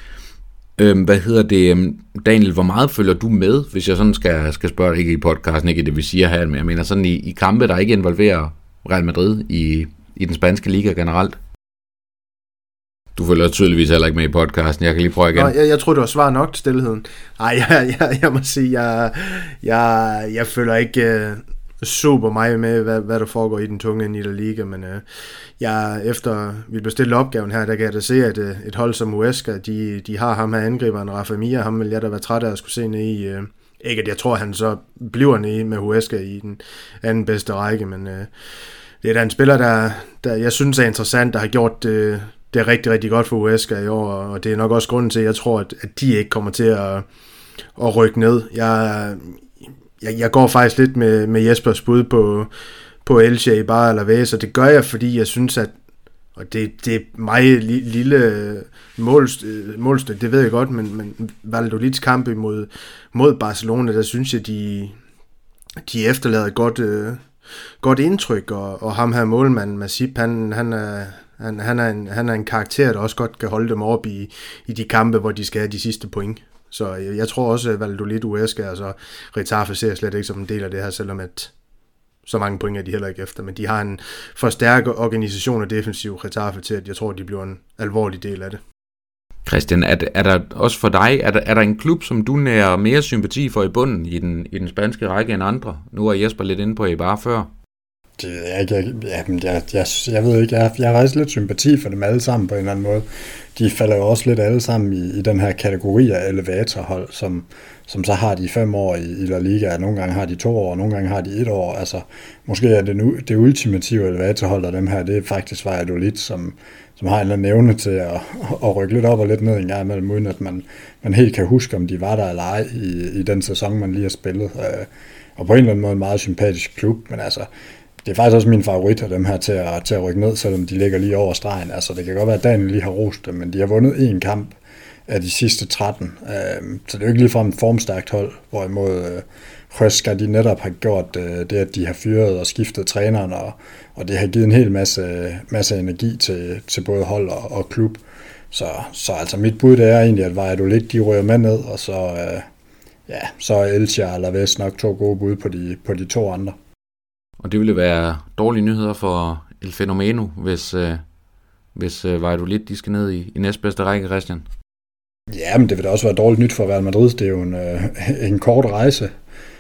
Daniel, hvor meget følger du med, hvis jeg sådan skal spørge, ikke i podcasten, ikke i det vi siger her, men jeg mener sådan i kampe, der ikke involverer Real Madrid i den spanske liga generelt? Du følger tydeligvis heller ikke med i podcasten. Jeg kan lige prøve igen. Nå, jeg tror det var svar nok til stillheden. Nej, jeg må sige, jeg følger ikke super meget med, hvad der foregår i den tunge ende i La Liga, men efter vi blev stillet opgaven her, der kan jeg da se, at et hold som Huesca, de har ham her angriberen, Rafa Mir, ham vil jeg da være træt af at skulle se ned i. Ikke at jeg tror, han så bliver nede med Huesca i den anden bedste række, men det er da en spiller, der jeg synes er interessant, der har gjort det er rigtig, rigtig godt for Huesca i år, og det er nok også grunden til, at jeg tror, at de ikke kommer til at rykke ned. Jeg går faktisk lidt med Jespers bud på Elche, Eibar eller Alavés, og det gør jeg, fordi jeg synes, at og det er meget lille målstykke, det ved jeg godt, men Valladolids kamp mod Barcelona, der synes jeg, de efterlader et godt indtryk, og ham her målmand, Masip, han er en karakter, der også godt kan holde dem op i de kampe, hvor de skal have de sidste point. Så jeg tror også, at Valladolid, Huesca, altså Getafe ser slet ikke som en del af det her, selvom at så mange point er de heller ikke efter. Men de har en for stærk organisation og defensiv Getafe til, at jeg tror, de bliver en alvorlig del af det. Christian, er der også for dig, er der en klub, som du nærer mere sympati for i bunden i den spanske række end andre? Nu er Jesper lidt inde på Eibar før. Jeg ved ikke, jeg har faktisk lidt sympati for dem alle sammen på en eller anden måde. De falder jo også lidt alle sammen i den her kategori af elevatorhold, som så har de 5 år i La Liga, nogle gange har de 2 år, nogle gange har de 1 år. Altså, måske er det ultimative elevatorhold af dem her, det er faktisk Valladolid, som har en eller anden evne til at rykke lidt op og lidt ned en gang imellem, uden at man helt kan huske, om de var der eller ej i den sæson, man lige har spillet. Og på en eller anden måde en meget sympatisk klub, men altså, det er faktisk også min favorit af dem her til at rykke ned, selvom de ligger lige over stregen. Altså, det kan godt være, at Daniel lige har rost dem, men de har vundet 1 kamp af de sidste 13. Så det er jo ikke ligefrem et formstærkt hold, hvorimod Huesca, de netop har gjort det, at de har fyret og skiftet træneren, og det har givet en hel masse energi til både hold og klub. Så altså mit bud, det er egentlig, at Valladolid, de ryger med ned, og så er Elche og Alavés nok 2 gode bud på de 2 andre. Og det ville være dårlige nyheder for El Fenomeno, hvis Valladolid de skal ned i næstbedste række, Christian. Ja, men det vil da også være dårligt nyt for Real Madrid. Det er jo en kort rejse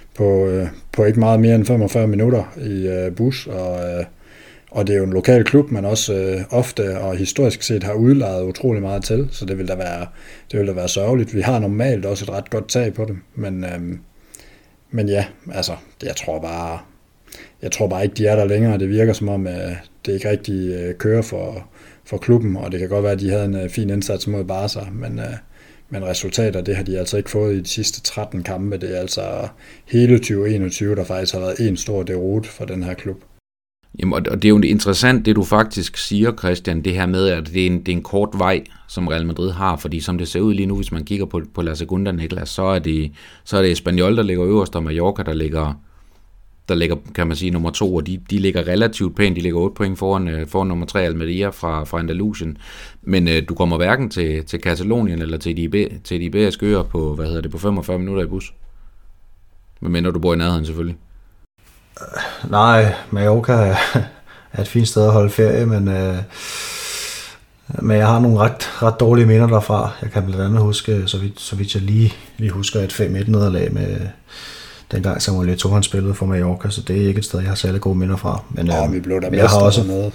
på ikke meget mere end 45 minutter i bus, og det er jo en lokal klub, man også ofte og historisk set har udlejet utrolig meget til, så det vil da være sørgeligt. Vi har normalt også et ret godt tag på dem, men ja, altså, jeg tror bare ikke, de er der længere. Det virker som om, det ikke rigtig kører for klubben, og det kan godt være, at de havde en fin indsats mod Barca, men resultater, det har de altså ikke fået i de sidste 13 kampe. Det er altså hele 2021, der faktisk har været en stor deroute for den her klub. Jamen, og det er jo interessant, det du faktisk siger, Christian, det her med, at det er en kort vej, som Real Madrid har, fordi som det ser ud lige nu, hvis man kigger på La Segunda, Niklas, så er det Espanyol, der ligger øverst, og Mallorca, der ligger, kan man sige, nummer 2, og de ligger relativt pænt, de ligger 8 point foran nummer 3, Almeria fra Andalusien, men du kommer hverken til Katalonien eller til de iberiske øer på, på 45 minutter i bus, medmindre du bor i nærheden selvfølgelig. Nej, Mallorca er et fint sted at holde ferie, men jeg har nogle ret dårlige minder derfra. Jeg kan blandt andet huske, så vidt jeg lige husker, et 5-1 nederlag med dengang Samuel Eto'o han spillede for Mallorca, så det er ikke et sted, jeg har særlig gode minder fra. Men, vi blev der mestre også med.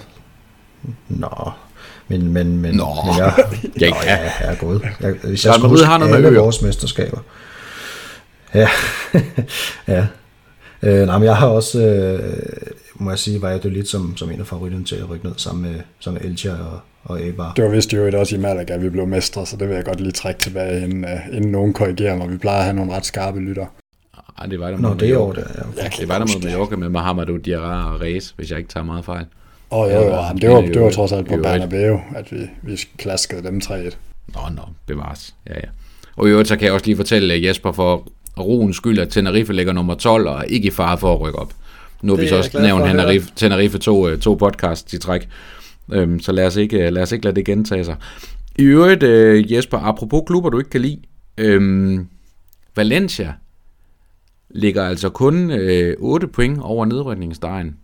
Men jeg er god. Hvis jeg skulle huske alle vores mesterskaber. Ja, ja. Men jeg har også, må jeg sige, Valladolid som en af favoritterne til at rykke ned sammen med Elche og Eibar. Det var vist jo også i Malaga, at vi blev mestre, så det vil jeg godt lige trække tilbage, inden nogen korrigerer mig. Vi plejer at have nogle ret skarpe lytter. Det var der mod Mallorca. Det var der mod Mallorca med Mohamed Diarra og Reyes, hvis jeg ikke tager meget fejl. Det var trods alt på Bernabeu, at vi klaskede dem 3-1. Nå, bevares. Ja. Og i øvrigt, så kan jeg også lige fortælle Jesper, for roens skyld, at Tenerife ligger nummer 12 og er ikke i fare for at rykke op. Nu har vi så også nævnt Tenerife to podcasts i træk. Så lad os ikke lade det gentage sig. I øvrigt, Jesper, apropos klubber, du ikke kan lide. Valencia ligger altså kun 8 point over nedrykningsstregen.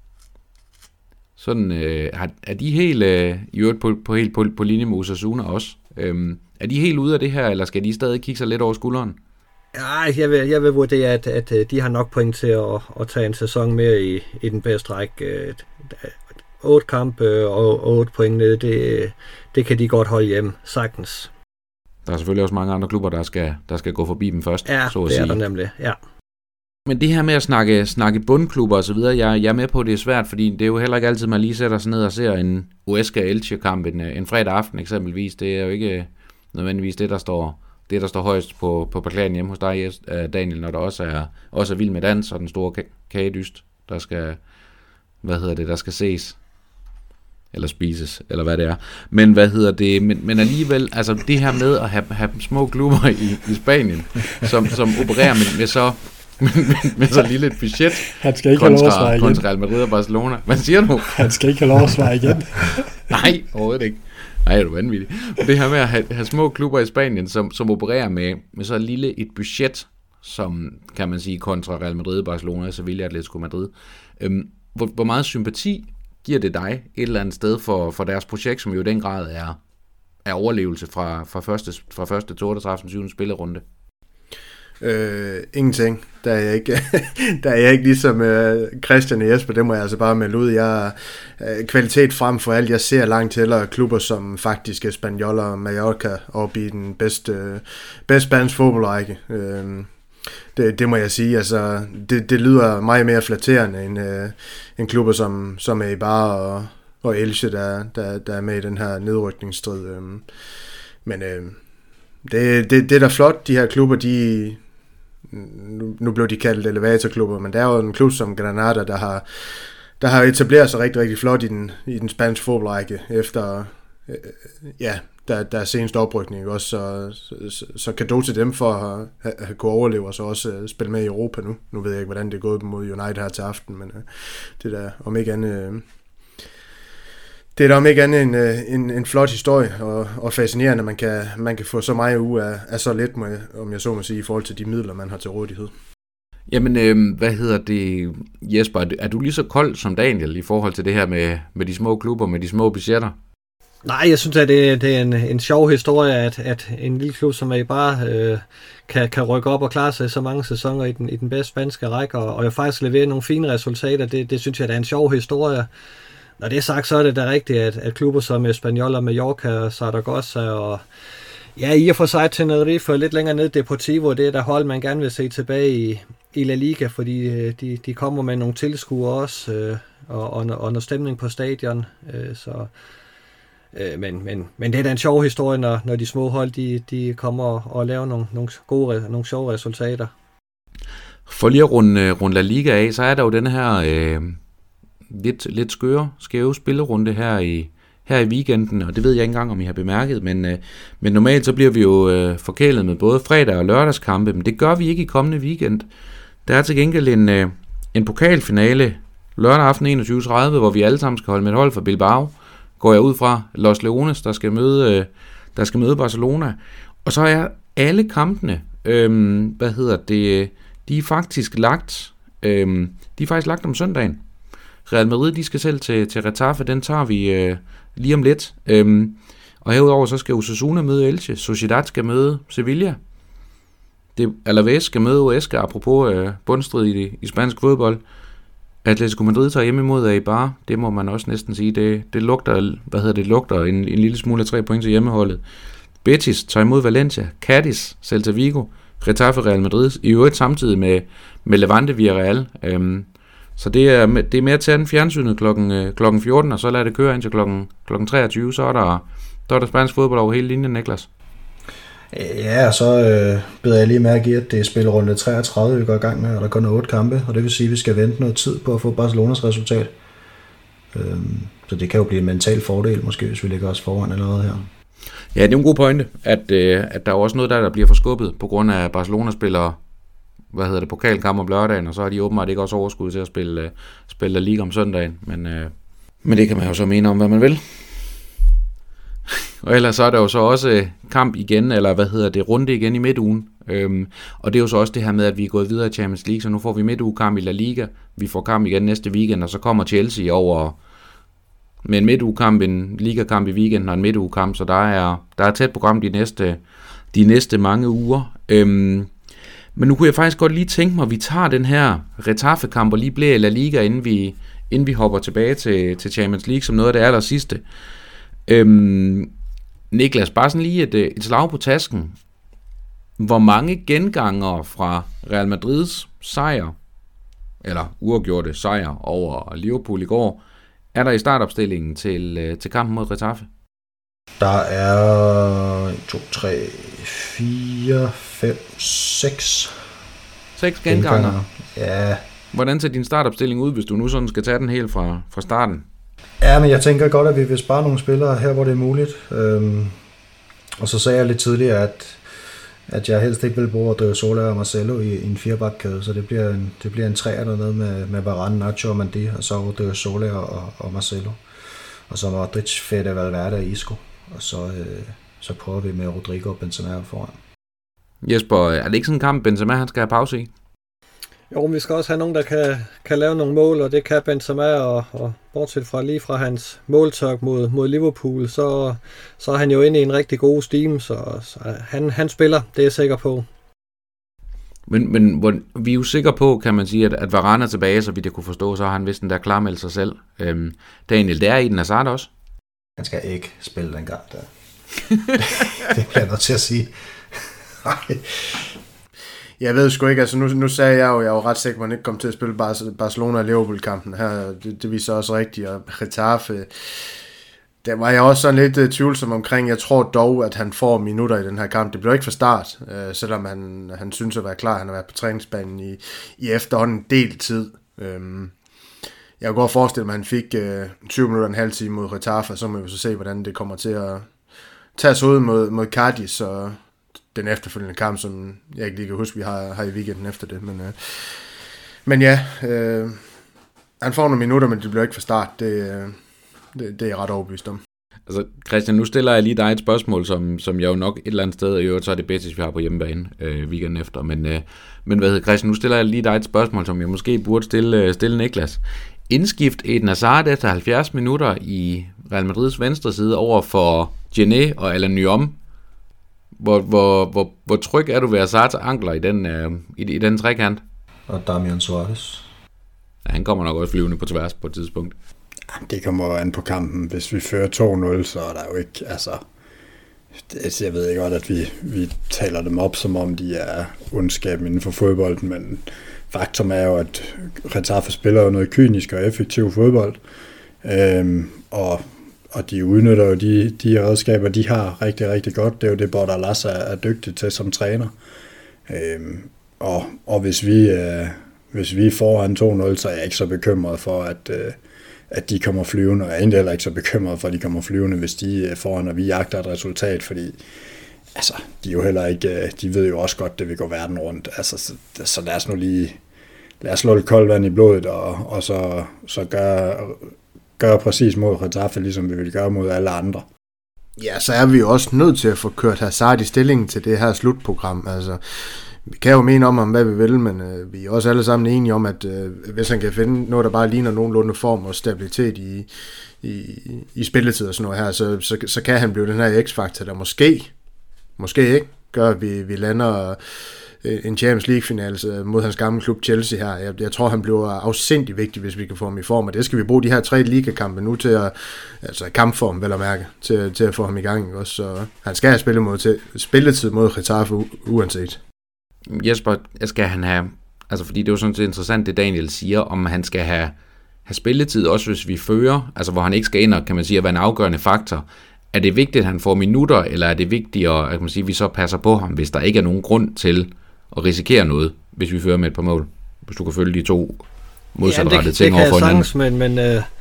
Sådan er de helt i øvrigt på linje med Osasuna også. Er de helt ude af det her, eller skal de stadig kigge sig lidt over skulderen? Ja, jeg vil vurdere, at de har nok point til at tage en sæson mere i den bedste række. 8 kampe og 8 point, det kan de godt holde hjemme, sagtens. Der er selvfølgelig også mange andre klubber, der skal gå forbi dem først, ja, så at sige. sige. Ja, det er der nemlig, ja. Men det her med at snakke bundklubber og så videre, jeg er med på, at det er svært, fordi det er jo heller ikke altid, man lige sætter sig ned og ser en Huesca-Elche-kamp en fredag aften eksempelvis. Det er jo ikke nødvendigvis det, der står højst på planen hjemme hos dig, Daniel, når der også er Vild med Dans og den store kagedyst, der skal, der skal ses. Eller spises, eller hvad det er. Men men alligevel, altså det her med at have små klubber i Spanien, som opererer med så lille et budget kontra Real Madrid og Barcelona. Hvad siger du? Han skal ikke have lov at svare igen. Nej, overhovedet ikke. Nej, er du vanvittig. Det her med at have små klubber i Spanien, som opererer med så lille et budget, som kan man sige kontra Real Madrid, Barcelona, Sevilla, Atletico Madrid. Hvor meget sympati giver det dig et eller andet sted for deres projekt, som jo i den grad er overlevelse fra første til 38. 7. spillerunde? Ingenting. Der er jeg ikke ligesom Christian og Jesper, det må jeg altså bare melde ud. Jeg kvalitet frem for alt. Jeg ser langt hellere klubber som faktisk Espanyol og Mallorca op i den bedste spansk fodboldrække. Det må jeg sige. Altså, det lyder meget mere flatterende end klubber som Eibar og Elche, der er med i den her nedrykningsstrid. Men det er da flot, de her klubber, nu blev de kaldt elevatorklubber, men der er jo en klub som Granada, der har etableret sig rigtig, rigtig flot i den spanske fodboldrække efter der er senest oprykning også, så cadeau til dem for at kunne overleve og så også spille med i Europa nu. Nu ved jeg ikke, hvordan det er gået mod United her til aften, men det er om ikke andet det er om ikke andet en flot historie og fascinerende, man kan få så meget ud af så lidt, om jeg så må sige, i forhold til de midler, man har til rådighed. Jamen, Jesper, er du lige så kold som Daniel i forhold til det her med de små klubber, med de små budgetter? Nej, jeg synes, at det er en sjov historie, at en lille klub som Eibar kan rykke op og klare sig så mange sæsoner i den bedste spanske række, og jeg faktisk levere nogle fine resultater. Det synes jeg, der er en sjov historie. Når det er sagt, så er det da rigtigt, at klubber som Espanyol og Mallorca, Zaragoza og i og for sig Tenerife lidt længere ned, Deportivo, det er der hold, man gerne vil se tilbage i La Liga, fordi de kommer med nogle tilskuere også, og noget stemning på stadion, men det er da en sjov historie, når de små hold, de kommer og laver nogle sjove resultater. For lige at runde La Liga af, så er der jo den her lidt skæve spillerunde her i weekenden, og det ved jeg ikke engang, om I har bemærket, men normalt så bliver vi jo forkælet med både fredag- og lørdagskampe, men det gør vi ikke i kommende weekend. Der er til gengæld en pokalfinale lørdag aften 21.30, hvor vi alle sammen skal holde med et hold fra Bilbao, går jeg ud fra Los Leones, der skal møde Barcelona, og så er alle kampene, de er faktisk lagt om søndagen. Real Madrid, de skal selv til Getafe, den tager vi lige om lidt. Og herudover så skal Osasuna møde Elche, Sociedad skal møde Sevilla, Alaves skal møde Huesca, apropos bundstrid i spansk fodbold. Atletico Madrid tager hjemme imod Eibar, det må man også næsten sige, det lugter en lille smule af 3 point til hjemmeholdet. Betis tager imod Valencia, Cadiz, Celta Vigo, Getafe, Real Madrid, i øvrigt samtidig med Levante Villarreal. Så det er med at tage den fjernsynet klokken 14, og så lader det køre indtil klokken 23, så er der spansk fodbold over hele linjen, Niklas. Ja, og så beder jeg lige mærke i, at det er spillerunde 33, vi går i gang med, og der kun er 8 kampe, og det vil sige, at vi skal vente noget tid på at få Barcelonas resultat. Så det kan jo blive en mental fordel, måske, hvis vi ligger os foran allerede her. Ja, det er en god pointe, at der er også noget der bliver forskubbet, på grund af Barcelona spiller, pokalkamp om lørdagen, og så har de åbenbart ikke også overskud til at spille La Liga om søndagen, men det kan man jo så mene om, hvad man vil. Og ellers så er der jo så også kamp igen, eller runde igen i midtugen. Og det er jo så også det her med, at vi er gået videre i Champions League, så nu får vi midtugekamp i La Liga. Vi får kamp igen næste weekend, og så kommer Chelsea over med en midtugekamp, en ligakamp i weekenden og en midtugekamp, så der er tæt program de næste mange uger. Men nu kunne jeg faktisk godt lige tænke mig, at vi tager den her Getafe-kamp og lige bliver i La Liga, inden vi hopper tilbage til Champions League som noget af det aller sidste. Niklas, bare sådan lige et slag på tasken. Hvor mange gengangere fra Real Madrids sejr, eller uafgjorte sejr over Liverpool i går, er der i startopstillingen til kampen mod Getafe? Der er 1, 2, 3, 4, 5, 6. 6 gengangere? Ja. Hvordan ser din startopstilling ud, hvis du nu sådan skal tage den helt fra starten? Ja, men jeg tænker godt, at vi vil spare nogle spillere her, hvor det er muligt. Og så sagde jeg lidt tidligere, at jeg helst ikke vil bruge Odriozola og Marcelo i en 4-bakkæde, så det bliver en 3'er dernede med Varane, Nacho og Mandi, og så Odriozola og Marcelo. Og så Modric, Fede, Valverde og Isco. Og så prøver vi med Rodrigo og Benzema foran. Jesper, er det ikke sådan en kamp, Benzema han skal have pause i? Jo, vi skal også have nogen, der kan lave nogle mål, og det kan Benzema, og bortset fra hans måltørk mod Liverpool, så er han jo inde i en rigtig god steam, så han spiller, det er jeg sikker på. Men vi er jo sikre på, kan man sige, at Varane er tilbage, så vidt jeg kunne forstå, så har han vist den der klarmeldt sig selv. Daniel, det er Eden Hazard også? Han skal ikke spille den gang der. Det bliver jeg nødt til at sige. Jeg ved sgu ikke, altså nu sagde jeg var ret sikker, at man ikke kom til at spille Barcelona og Liverpool-kampen her. Det viser også rigtigt, og Getafe, der var jeg også sådan lidt tvivlsom omkring. Jeg tror dog, at han får minutter i den her kamp. Det bliver ikke fra start, selvom han synes at være klar. Han har været på træningsbanen i efterhånden en del tid. Jeg kan godt forestille mig, at han fik 20 minutter og en halv time mod Getafe, så må vi så se, hvordan det kommer til at tage sig ud mod Cadiz, og den efterfølgende kamp, som jeg ikke lige kan huske, vi har i weekenden efter det. Men ja, han får nogle minutter, men det bliver ikke fra start. Det er jeg ret overbevist om. Altså, Christian, nu stiller jeg lige dig et spørgsmål, som jeg jo nok et eller andet sted, og i øvrigt så er det Betis, vi har på hjemmebane weekenden efter. Men hvad hedder Christian, nu stiller jeg lige dig et spørgsmål, som jeg måske burde stille Niklas. Indskift Eden Hazard efter 70 minutter i Real Madrids venstre side over for Gené og Alan Nyom. Hvor tryg er du ved Hazards ankler i den trekant? Og Damian Suarez. Ja, han kommer nok også flyvende på tværs på et tidspunkt. Det kommer an på kampen. Hvis vi fører 2-0, så er der jo ikke, altså... Jeg ved ikke godt, at vi taler dem op, som om de er ondskab inden for fodbold, men faktum er jo, at Getafe spiller jo noget kynisk og effektiv fodbold, og de udnytter jo de redskaber, de har rigtig, rigtig godt. Det er jo det, Bordalas er dygtig til som træner. Og hvis vi er foran 2-0, så er jeg ikke så bekymret for, at de kommer flyvende, og jeg er egentlig heller ikke så bekymret for, at de kommer flyvende, hvis de er foran, og vi jagter et resultat, fordi altså, de er jo heller ikke, de ved jo også godt, det vil gå verden rundt. Altså, så lad os slå lidt koldt vand i blodet, og så gøre præcis mod Getafe, ligesom vi vil gøre mod alle andre. Ja, så er vi jo også nødt til at få kørt Hazard i stillingen til det her slutprogram. Altså, vi kan jo mene om, hvad vi vil, men vi er også alle sammen enige om, at hvis han kan finde noget, der bare ligner nogenlunde form og stabilitet i spilletid og sådan noget her, så kan han blive den her X-faktor, der måske ikke gør, at vi lander en Champions League-finale mod hans gamle klub Chelsea her. Jeg tror, han bliver afsindig vigtig, hvis vi kan få ham i form, og det skal vi bruge de her 3 ligakampe nu til at, altså kampform vel at mærke, til at få ham i gang også. Så han skal have spilletid mod Getafe uanset. Jesper, skal han have, altså fordi det er jo sådan set interessant, det Daniel siger, om han skal have spilletid, også hvis vi fører, altså hvor han ikke skal ind og, kan man sige, at være en afgørende faktor. Er det vigtigt, at han får minutter, eller er det vigtigere, at man sige, at vi så passer på ham, hvis der ikke er nogen grund til at risikere noget, hvis vi fører med et par mål? Hvis du kan følge de to modsatrettede ting over for hinanden. Men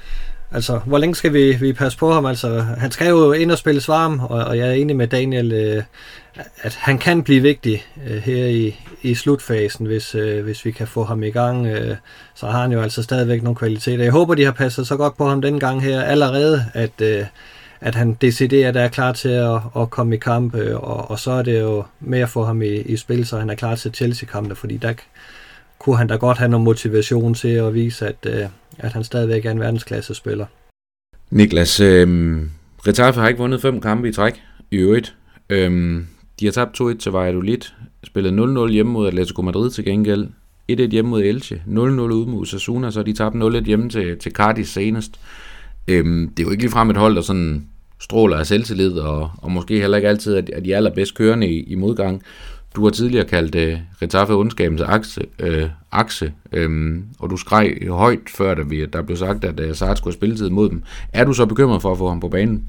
Altså, hvor længe skal vi passe på ham? Altså, han skal jo ind og spille varm, og jeg er enig med Daniel, at han kan blive vigtig her i slutfasen, hvis vi kan få ham i gang. Så har han jo altså stadigvæk nogle kvaliteter. Jeg håber, de har passet så godt på ham denne gang her allerede, at han decideret er klar til at komme i kamp, og så er det jo med at få ham i spil, så han er klar til Chelsea-kampene, fordi der kunne han da godt have noget motivation til at vise, at han stadigvæk er en verdensklasse-spiller. Niklas, Getafe har ikke vundet 5 kampe i træk i øvrigt. De har tabt 2-1 til Valladolid, spillet 0-0 hjemme mod Atletico Madrid til gengæld, 1-1 hjemme mod Elche, 0-0 ude mod Osasuna, så de tabte 0-1 hjemme til Cardis senest. Det er jo ikke ligefrem et hold, der sådan stråler af selvtillid, og måske heller ikke altid at de er allerbedst kørende i modgang. Du har tidligere kaldt Getafe ondskabens akse, og du skreg højt før, der blev sagt, at Sarri skulle have spilletid mod dem. Er du så bekymret for at få ham på banen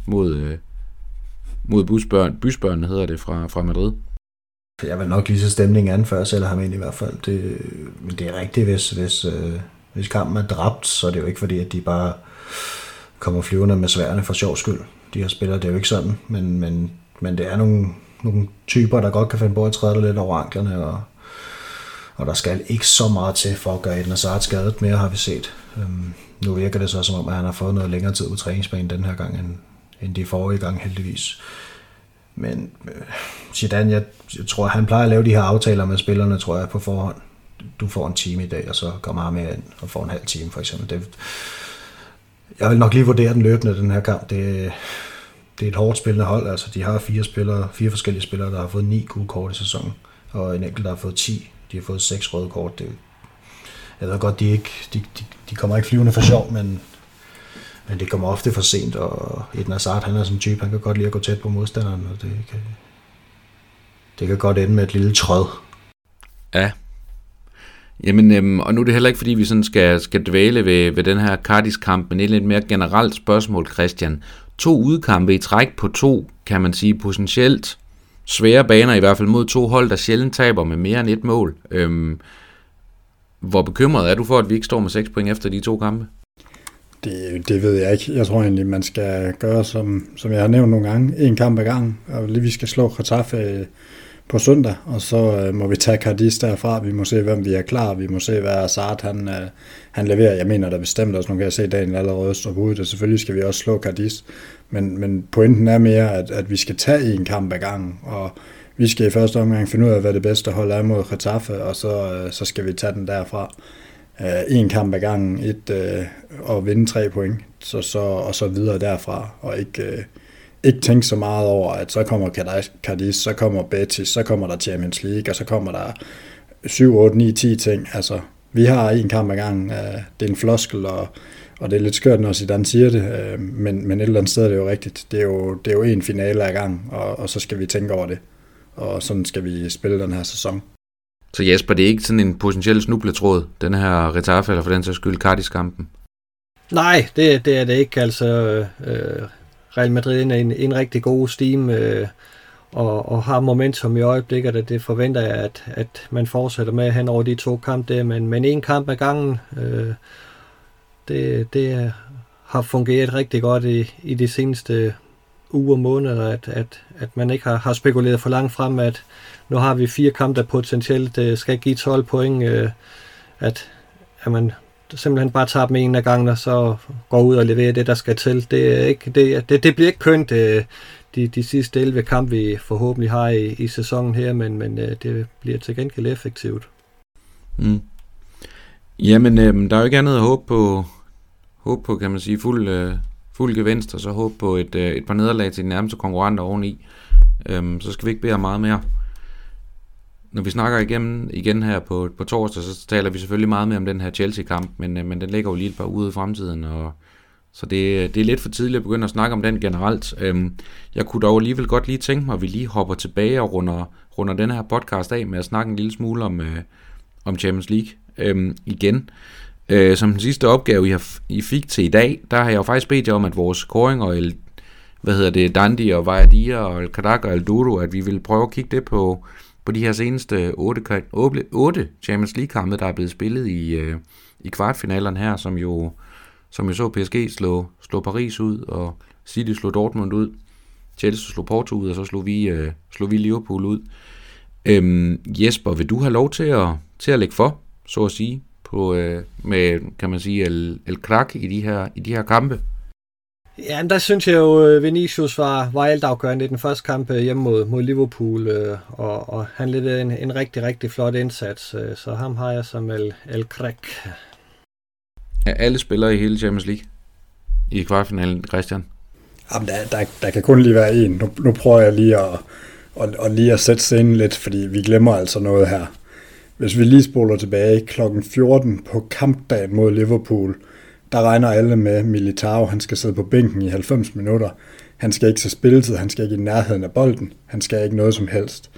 mod bysbørnene, hedder det, fra Madrid? Jeg vil nok lige så stemningen an, før jeg sælger ham ind i hvert fald. Men det er rigtigt, hvis kampen er dræbt, så er det jo ikke fordi, at de bare kommer flyvende med sværene for sjov skyld. De her spillere, det er jo ikke sådan, men det er nogle typer, der godt kan finde på at træde lidt over anklerne, og der skal ikke så meget til for at gøre Eden Hazard skadet mere, har vi set. Nu virker det så som om, at han har fået noget længere tid på træningsbanen den her gang, end de forrige gang heldigvis. Men Zidane, jeg tror, han plejer at lave de her aftaler med spillerne, tror jeg, på forhånd. Du får en time i dag, og så kommer han med ind og får en halv time, for eksempel. Jeg vil nok lige vurdere den løbende, den her kamp. Det er et hårdt spillende hold. Altså, de har 4 forskellige spillere, der har fået 9 gule kort i sæsonen, og en enkelt, der har fået 10. De har fået 6 røde kort. Jeg ved godt, de kommer ikke flyvende for sjov, men det kommer ofte for sent, og Eden Hazard, han er sådan en type, han kan godt lide at gå tæt på modstanderen, og det kan godt ende med et lille tråd. Ja. Jamen, og nu er det heller ikke, fordi vi sådan skal dvæle ved den her Cardis-kamp, men et lidt mere generelt spørgsmål, Christian. 2 udkampe i træk på 2, kan man sige, potentielt svære baner, i hvert fald mod 2 hold, der sjældent taber med mere end 1 mål. Hvor bekymret er du for, at vi ikke står med 6 point efter de 2 kampe? Det ved jeg ikke. Jeg tror egentlig, man skal gøre, som jeg har nævnt nogle gange, 1 kamp ad gangen, og vi skal slå Getafe på søndag, og så må vi tage Cardis derfra. Vi må se, hvem vi er klar. Vi må se, hvad Hazard han leverer. Jeg mener, der bestemt også, nu kan jeg se Daniel allerede stå på hovedet, og selvfølgelig skal vi også slå Cardis. Men pointen er mere, at vi skal tage 1 kamp ad gangen, og vi skal i første omgang finde ud af, hvad det bedste hold er mod Getafe, og så skal vi tage den derfra. 1 kamp ad gangen, og vinde 3 point, og så videre derfra, og ikke tænke så meget over, at så kommer Cardis, så kommer Betis, så kommer der Champions League, og så kommer der 7, 8, 9, 10 ting. Altså, vi har 1 kamp ad gangen. Det er en floskel, og det er lidt skørt, når Zidane siger det, men et eller andet sted er det jo rigtigt. Det er jo 1 finale ad gangen, og så skal vi tænke over det. Og sådan skal vi spille den her sæson. Så Jesper, det er ikke sådan en potentiel snubletråd, den her Getafe, eller for den sags skyld Cardis-kampen? Nej, det er det ikke. Altså, Real Madrid er en rigtig god steam, og har momentum i øjeblikket, og det forventer jeg, at man fortsætter med hen over de 2 kampe der, men 1 kamp ad gangen, det har fungeret rigtig godt i de seneste uger og måneder, at man ikke har spekuleret for langt frem, at nu har vi 4 kampe, der potentielt skal give 12 point, at man simpelthen bare tager dem 1 af gangen, og så går ud og leverer det, der skal til. Det bliver ikke kønt de sidste 11 kampe, vi forhåbentlig har i sæsonen her, men det bliver til gengæld effektivt. Mm. Jamen, der er jo ikke andet at håbe på, kan man sige, fuld gevinst, og så håbe på et par nederlag til de nærmeste konkurrenter oveni. Så skal vi ikke bede om meget mere. Når vi snakker igen her på torsdag, så taler vi selvfølgelig meget mere om den her Chelsea-kamp, men den ligger jo lige et par ude i fremtiden, og så det er lidt for tidligt at begynde at snakke om den generelt. Jeg kunne dog alligevel godt lige tænke mig, at vi lige hopper tilbage og runder den her podcast af med at snakke en lille smule om Champions League igen. Som den sidste opgave, I fik til i dag, der har jeg jo faktisk bedt jer om, at vores scoring og Dandi og Vajadia og Kadak og Alduro, at vi vil prøve at kigge det på de her seneste 8 Champions League-kampe, der er blevet spillet i kvartfinalerne her, som jo som jo så PSG slå Paris ud, og City slog Dortmund ud, Chelsea slog Porto ud, og så slog vi Liverpool ud. Jesper, vil du have lov til at lægge for, så at sige, på, med, kan man sige, El Crack i de her kampe? Ja, der synes jeg jo, Vinicius var altafgørende i den første kamp hjemme mod Liverpool, og han ledte en rigtig, rigtig flot indsats, så ham har jeg som El Crack. Er alle spillere i hele Champions League i kvartfinalen, Christian? Jamen, der kan kun lige være en. Nu prøver jeg lige at sætte scenen lidt, fordi vi glemmer altså noget her. Hvis vi lige spoler tilbage kl. 14 på kampdagen mod Liverpool, der regner alle med Militao. Han skal sidde på bænken i 90 minutter. Han skal ikke se spilletid, han skal ikke i nærheden af bolden. Han skal ikke noget som helst.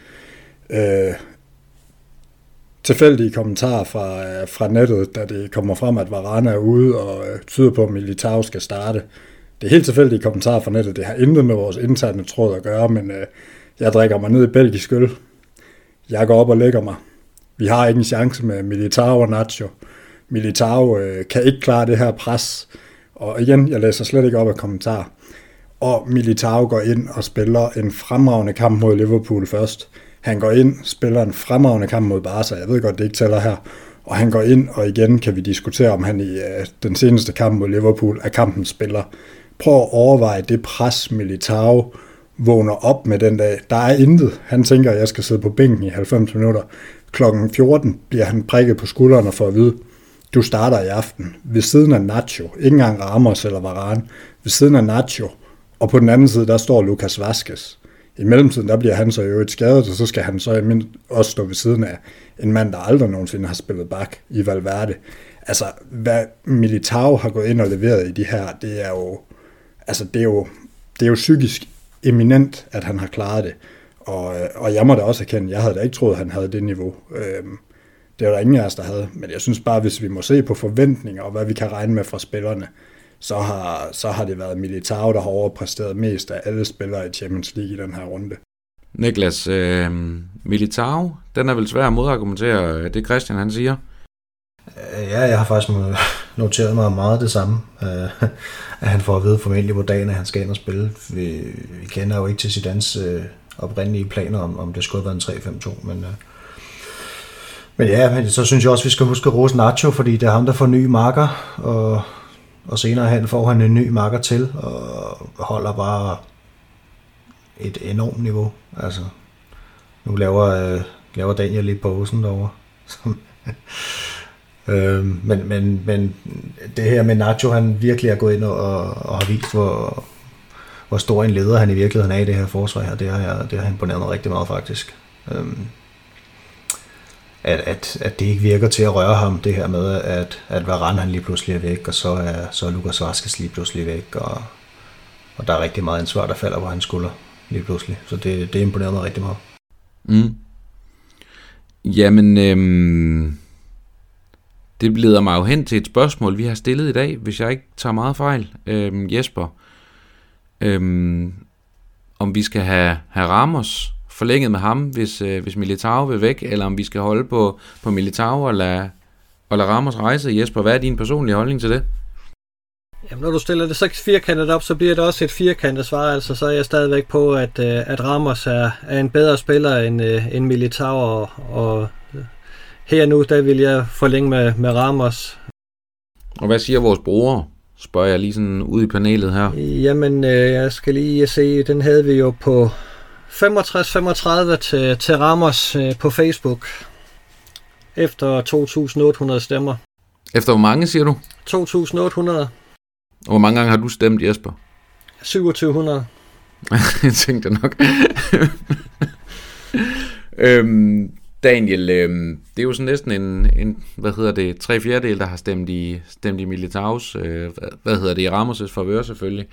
Tilfældige kommentarer fra nettet, da det kommer frem, at Varane er ude og tyder på, at Militao skal starte. Det er helt tilfældige kommentarer fra nettet. Det har intet med vores interne tråd at gøre, men jeg drikker mig ned i belgisk øl. Jeg går op og lægger mig. Vi har ikke en chance med Militao og Nacho. Militao kan ikke klare det her pres. Og igen, jeg læser slet ikke op af kommentarer. Og Militao går ind og spiller en fremragende kamp mod Liverpool først. Han går ind, spiller en fremragende kamp mod Barca. Jeg ved godt, det ikke tæller her. Og han går ind, og igen kan vi diskutere, om han i den seneste kamp mod Liverpool er kampens spiller. Prøv at overveje det pres, Militao vågner op med den dag. Der er intet. Han tænker, at jeg skal sidde på bænken i 90 minutter. Klokken 14 bliver han prikket på skuldrene for at vide, du starter i aften. Ved siden af Nacho. Ikke engang Ramos eller Varane. Ved siden af Nacho. Og på den anden side, der står Lucas Vazquez. I mellemtiden, der bliver han så jo et skadet, og så skal han så også stå ved siden af en mand, der aldrig nogensinde har spillet bak i Valverde. Altså, hvad Militao har gået ind og leveret i de her, det er jo psykisk eminent, at han har klaret det. Og jeg må da også erkende, jeg havde da ikke troet, at han havde det niveau. Det var der ingen af os, der havde. Men jeg synes bare, hvis vi må se på forventninger, og hvad vi kan regne med fra spillerne, så har det været Militao, der har overpræsteret mest af alle spillere i Champions League i den her runde. Niklas, Militao, den er vel svær at modargumentere, det Christian han siger? Ja, jeg har faktisk noteret mig meget det samme, at han får at vide formentlig på dagen, at han skal ind og spille. Vi kender jo ikke til Zidanes oprindelige planer, om det skulle have været en 3-5-2, men ja, så synes jeg også, vi skal huske at rose Nacho, fordi det er ham, der får nye marker, og senere hen får han en ny marker til, og holder bare et enormt niveau. Altså, nu laver Daniel lidt posen derovre. Men det her med Nacho, han virkelig er gået ind og har vist, hvor stor en leder han i virkeligheden er i det her forsvar her. Det har imponeret mig rigtig meget faktisk. At det ikke virker til at røre ham, det her med, at Varane han lige pludselig er væk, og så er Lucas Vazquez lige pludselig væk, og der er rigtig meget ansvar, der falder på hans skulder lige pludselig. Så det imponerer mig rigtig meget. Mm. Jamen, det leder mig jo hen til et spørgsmål, vi har stillet i dag, hvis jeg ikke tager meget fejl, Jesper. Om vi skal have Ramos forlænget med ham, hvis Militao vil væk, eller om vi skal holde på Militao og lade Ramos rejse. Jesper, hvad er din personlige holdning til det? Jamen, når du stiller det så firkantet op, så bliver det også et firkantet svar. Altså, så er jeg stadigvæk på, at Ramos er en bedre spiller end Militao, og her nu, der vil jeg forlænge med Ramos. Og hvad siger vores brugere? Spørger jeg lige sådan ud i panelet her. Jamen, jeg skal lige se, den havde vi jo på 65-35 til Ramos på Facebook. Efter 2.800 stemmer. Efter hvor mange, siger du? 2.800. Og hvor mange gange har du stemt, Jesper? 2700. Jeg tænkte nok. Daniel, det er jo sådan næsten en 3/4, der har stemt i Militaos, i Ramos' favør selvfølgelig.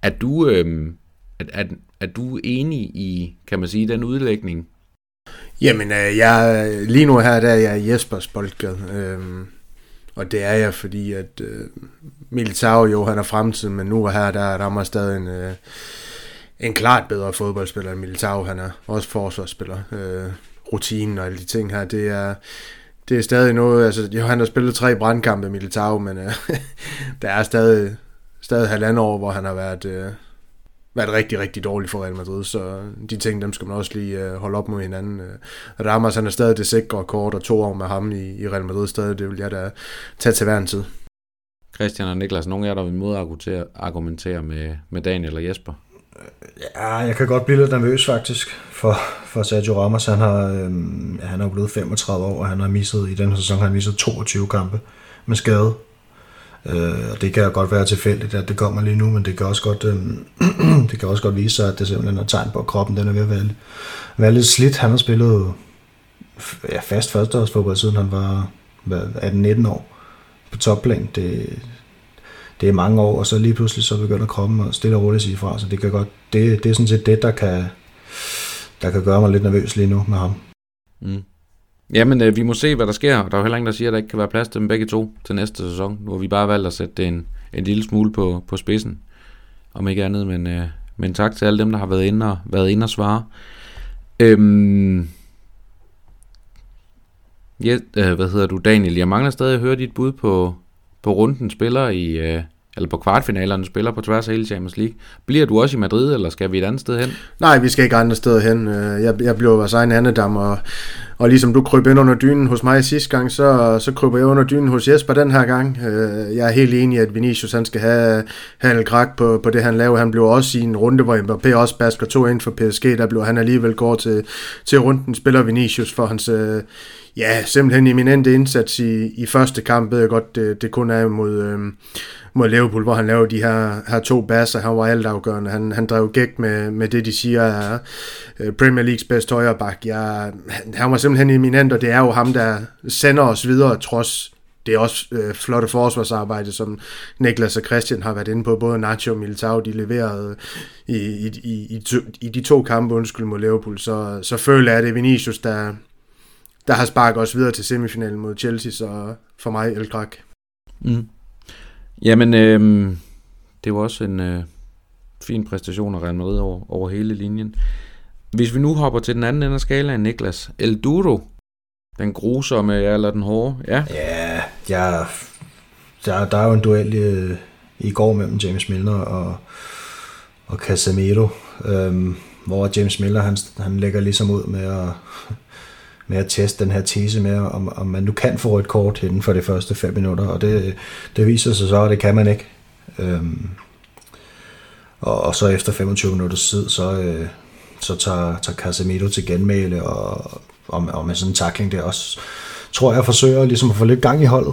Er du enig i, kan man sige, den udlægning? Jamen, lige nu her, der er jeg Jespers boldgade. Og det er jeg, fordi at Militao jo, han er fremtiden, men nu her, der er Ramos stadig en klart bedre fodboldspiller end Militao. Han er også forsvarsspiller. Rutinen og alle de ting her, det er stadig noget, altså jo, han har spillet 3 brandkampe i Militao, men der er stadig halvandet år, hvor han har været rigtig, rigtig dårlig for Real Madrid, så de ting, dem skal man også lige holde op mod hinanden. Ramos, han er stadig det sikre kort, og 2 år med ham i Real Madrid stadig, det vil jeg da tage til hver en tid. Christian og Niklas, nogle af jer, der vil modargumentere med Daniel og Jesper? Ja, jeg kan godt blive lidt nervøs faktisk for Sergio Ramos. Han er blevet 35 år, og han har misset i den her sæson, han har misset 22 kampe med skade. Og det kan godt være tilfældigt, at det kommer lige nu, men det kan også godt vise sig, at det simpelthen er tegn på, at kroppen den er ved at være lidt slidt. Han har spillet fast førsteårsfodbold, siden han var 18-19 år på topplan. Det er mange år, og så lige pludselig så begynder kroppen at stille og roligt sige fra, så det er sådan set det, der kan gøre mig lidt nervøs lige nu med ham. Mm. Jamen, vi må se, hvad der sker, og der er jo heller ingen, der siger, at der ikke kan være plads til dem begge to til næste sæson. Nu har vi bare valgt at sætte det en lille smule på spidsen, om ikke andet, men tak til alle dem, der har været inde og svare. Hvad hedder du, Daniel? Jeg mangler stadig at høre dit bud på runden spiller eller på kvartfinalerne spiller på tværs af hele Champions League. Bliver du også i Madrid, eller skal vi et andet sted hen? Nej, vi skal ikke andre steder hen. Jeg bliver vores egen andedam, og ligesom du kryber ind under dynen hos mig sidste gang, så kryber jeg under dynen hos Jesper den her gang. Jeg er helt enig i, at Vinicius han skal have en krak på det, han laver. Han blev også i en runde, hvor Mbappé også basker 2 ind for PSG. Der blev han alligevel går til runden, spiller Vinicius for hans... simpelthen eminente indsats i første kamp. Ved jeg godt, det kun er mod Liverpool, hvor han lavede de her 2 basser. Han var altafgørende. Han drev gæk med det, de siger er Premier Leagues bedste højreback. Han var simpelthen eminent, og det er jo ham, der sender os videre, trods det er også flotte forsvarsarbejde, som Niklas og Christian har været inde på. Både Nacho og Militao, de leverede i de 2 kampe, mod Liverpool. Så føler jeg, at det er Vinicius, der har sparket os videre til semifinalen mod Chelsea, så for mig El Krak. Mm. Jamen, det var også en fin præstation af Real Madrid over hele linjen. Hvis vi nu hopper til den anden ende af skalaen, Niklas, El Duro, den grusomme eller den hårde, ja? Ja, der er jo en duel i går mellem James Milner og Casemiro, hvor James Milner han lægger ligesom ud med at teste den her tese med, om man nu kan få et kort inden for de første 5 minutter, og det viser sig så, at det kan man ikke. Og så efter 25 minutters tid, så tager Casemiro til genmæle, og med sådan en tackling der også, tror jeg, forsøger ligesom at få lidt gang i holdet.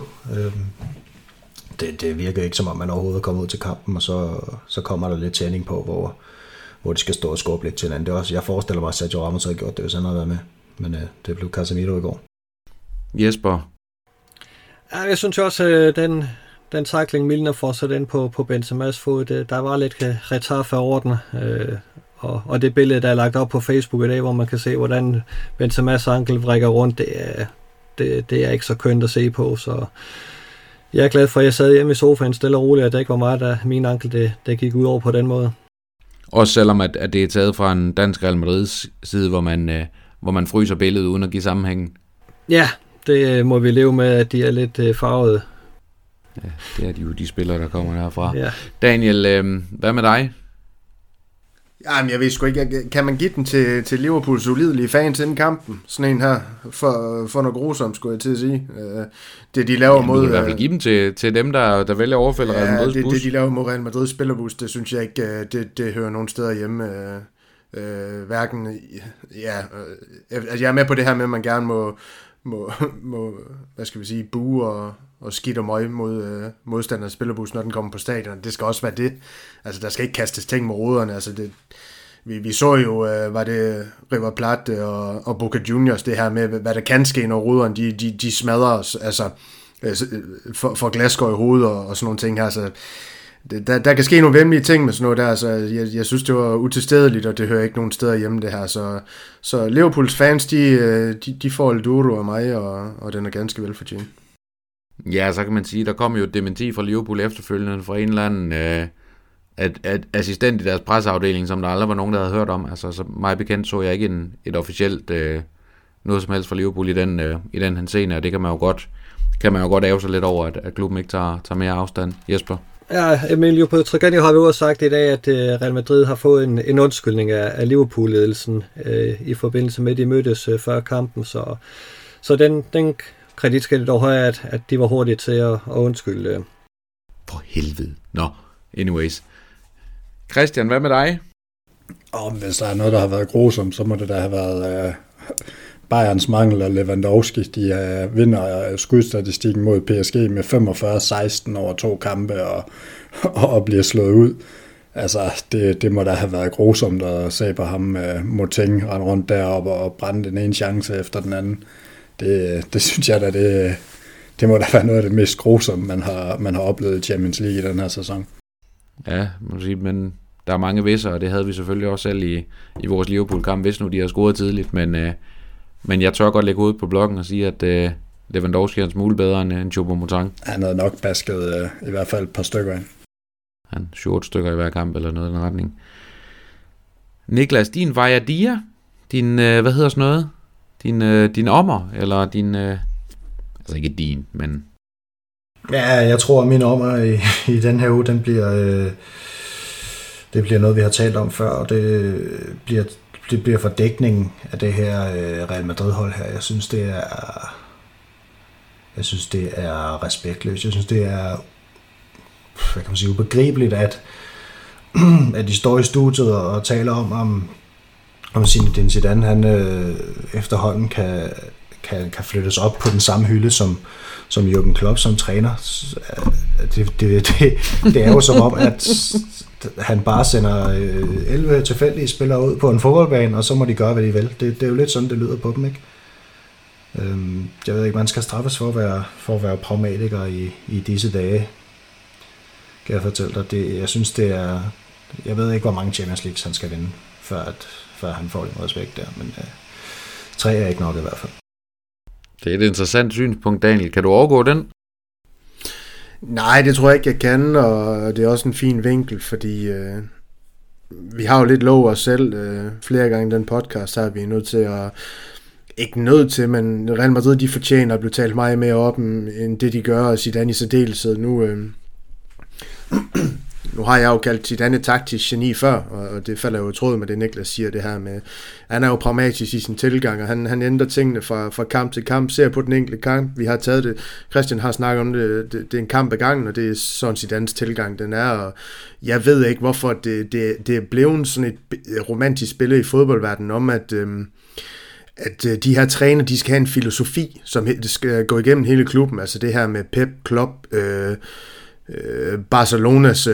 Det virker ikke, som om man overhovedet er kommet ud til kampen, og så kommer der lidt tænding på, hvor de skal stå og skubbe lidt til hinanden. Det er også, jeg forestiller mig, at Sergio Ramos havde gjort det, hvis han havde været med. Men det blev Casemiro i går. Jesper? Ja, jeg synes også, den tackling Milner får sat ind på Benzema's fod, der var lidt retard over den. Og det billede, der er lagt op på Facebook i dag, hvor man kan se, hvordan Benzema's ankel vrikker rundt, det er ikke så kønt at se på. Så jeg er glad for, at jeg sad hjemme i sofaen stille og roligt, at det ikke var mig, der min ankel det gik ud over på den måde. Også selvom at det er taget fra en dansk Real Madrids side, hvor man fryser billedet uden at give sammenhængen. Ja, det må vi leve med, at de er lidt farvede. Ja, det er de jo de spillere, der kommer derfra. Ja. Daniel, hvad med dig? Jamen, jeg ved sgu ikke, kan man give den til Liverpools ulidelige fans inden kampen? Sådan en her, for noget grusomt, skulle jeg til at sige. Det de laver mod... Du kan i hvert fald give dem til dem, der vælger overfælder Real Madrids bus. Det de laver mod Real Madrids spillerbus, det synes jeg ikke, det hører nogen steder hjemme. Hverken... jeg er med på det her med, at man gerne må hvad skal vi sige, bue og skidt og møg mod modstanderens spillerbus, når den kommer på stadion. Det skal også være det. Altså, der skal ikke kastes ting med roderne. Altså, vi så jo, var det River Plate og Boca Juniors, det her med, hvad der kan ske, når roderne, de smadrer os, altså, for glasskår i hovedet og sådan nogle ting her. Så der kan ske nogle vemmelige ting med sådan noget der, så jeg synes, det var utilstedeligt, og det hører ikke nogen steder hjemme, det her. Så Liverpools fans, de får El Duro af mig, og den er ganske velfortjent. Ja, så kan man sige, der kom jo et dementi fra Liverpool efterfølgende fra en eller anden at assistent i deres presseafdeling, som der aldrig var nogen, der havde hørt om. Altså, så mig bekendt så jeg ikke et officielt noget som helst for Liverpool i den henseende, og det kan man jo godt ærge sig lidt over, at klubben ikke tager mere afstand. Jesper? Ja, Emilio Petragani har vi også sagt i dag, at Real Madrid har fået en undskyldning af Liverpool-ledelsen i forbindelse med, at de mødtes før kampen, så den kredit skal det dog have, at de var hurtige til at undskylde. For helvede. Nå, anyways. Christian, hvad med dig? Hvis der er noget, der har været grusomt, så må det da have været Bayerns mangel og Lewandowski. De vinder skudstatistikken mod PSG med 45-16 over 2 kampe og bliver slået ud. Altså, det må da have været grusomt at se på ham Moteng rende rundt deroppe og brænde den ene chance efter den anden. Det synes jeg da, det må da være noget af det mest grusomme, man har oplevet i Champions League i den her sæson. Ja, må sige, men der er mange visser, og det havde vi selvfølgelig også selv i vores Liverpool-kamp, hvis nu de har scoret tidligt, men jeg tør godt lægge ud på bloggen og sige, at Lewandowski er en smule bedre end Choupo-Moting. Han havde nok basket i hvert fald et par stykker ind. Han 7-8 stykker i hver kamp, eller noget i den retning. Niklas, din Vajadia, din, hvad hedder sådan noget? Din ommer, eller din, altså ikke din, men... Ja, jeg tror, at min ommer i den her uge, det bliver noget, vi har talt om før, og det bliver fordækningen af det her Real Madrid-hold her. Jeg synes, det er respektløst. Jeg synes, det er, hvad kan man sige, ubegribeligt, at de står i studiet og taler om Zinedine Zidane, han efterhånden kan flyttes op på den samme hylde som Jürgen Klopp som træner. Det er jo som om, at han bare sender 11 tilfældige spillere ud på en fodboldbane, og så må de gøre, hvad de vil. Det er jo lidt sådan, det lyder på dem, ikke? Jeg ved ikke, man skal straffes for at være pragmatiker i disse dage, kan jeg fortælle dig. Jeg synes, det er... Jeg ved ikke, hvor mange Champions League han skal vinde, før han får lidt respekt der, men 3 er ikke nok i hvert fald. Det er et interessant synspunkt, Daniel. Kan du overgå den? Nej, det tror jeg ikke, jeg kan, og det er også en fin vinkel, fordi vi har jo lidt lov os selv flere gange i den podcast, her vi er nødt til at... Ikke nødt til, men Real Madrid, de fortjener at blive talt meget mere op, end det de gør, og Zidane i særdeleshed. Nu har jeg jo kaldt Zidane taktisk geni før, og det falder jo i tråd med det, Niklas siger, det her med, han er jo pragmatisk i sin tilgang, og han ændrer tingene fra kamp til kamp, ser på den enkelte kamp. Vi har taget det, Christian har snakket om det, det er en kamp ad gangen, og det er sådan Zidanes tilgang, den er, og jeg ved ikke, hvorfor det er blevet sådan et romantisk spil i fodboldverdenen om, at de her træner, de skal have en filosofi, som skal gå igennem hele klubben, altså det her med Pep, Klopp, Barcelonas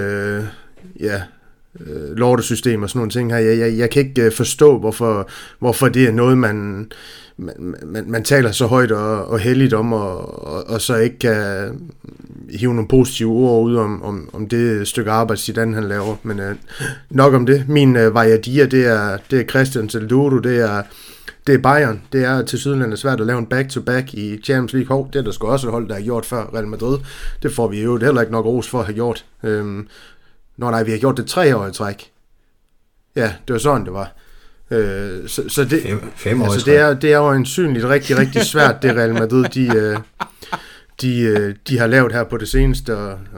lortesystem og sådan nogle ting her. Jeg kan ikke forstå, hvorfor det er noget, man taler så højt og heldigt om, og så ikke kan hive nogle positive ord ud om det stykke arbejde, Zidane han laver. Men nok om det. Min Vajadia, det er Christian Seldudo, det er Bayern. Det er til Sydlandet svært at lave en back-to-back i Champions League. Det er der sgu også et hold, der har gjort før Real Madrid. Det får vi jo heller ikke nok ros for at have gjort. Nej, vi har gjort det 3 år i træk. Ja, det var sådan, det var. Så det, 5 år altså, det er jo ensynligt rigtig, rigtig svært, det Real Madrid, de har lavet her på det seneste.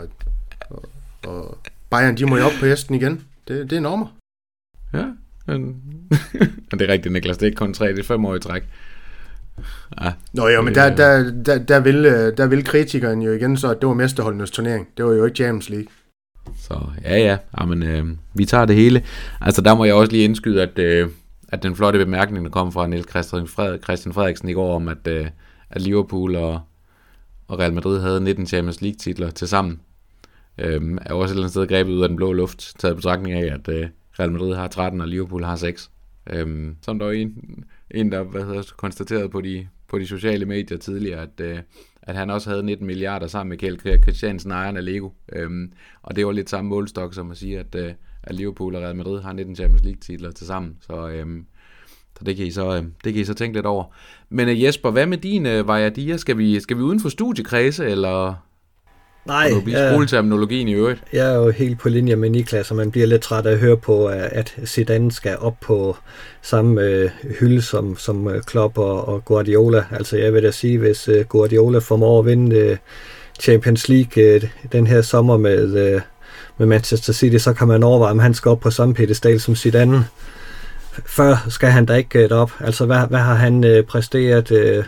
Og Bayern, de må jo op på hesten igen. Det er normer. Ja, og det er rigtigt, Niklas, det er ikke kun 3, det er 5 år i træk. Ja. Nå jo, men der vil kritikeren jo igen så, at det var mesterholdenes turnering. Det var jo ikke Champions League. Så ja, men vi tager det hele. Altså der må jeg også lige indskyde, at den flotte bemærkning, der kom fra Niels Christian Frederiksen i går om, at Liverpool og Real Madrid havde 19 Champions League titler til sammen, er også et eller andet sted grebet ud af den blå luft, taget betragtning af, at Real Madrid har 13, og Liverpool har 6. Som der var en der konstateret på de sociale medier tidligere, at han også havde 19 milliarder sammen med Kjeld Christiansen, ejeren af Lego. Og det var lidt samme målstok som at sige, at Liverpool og Real Madrid har 19 Champions League titler til sammen. Så det kan I så tænke lidt over. Men Jesper, hvad med din Vajadia? Skal vi uden for studiekredse, eller? Nej, og du bliver skoleterminologien i øvrigt. Jeg er jo helt på linje med Niklas, og man bliver lidt træt af at høre på, at Zidane skal op på samme hylde som Klopp og Guardiola. Altså jeg vil da sige, hvis Guardiola formår at vinde Champions League den her sommer med Manchester City, så kan man overveje, om han skal op på samme pedestal som Zidane. Før skal han da ikke derop. Altså hvad har han præsteret?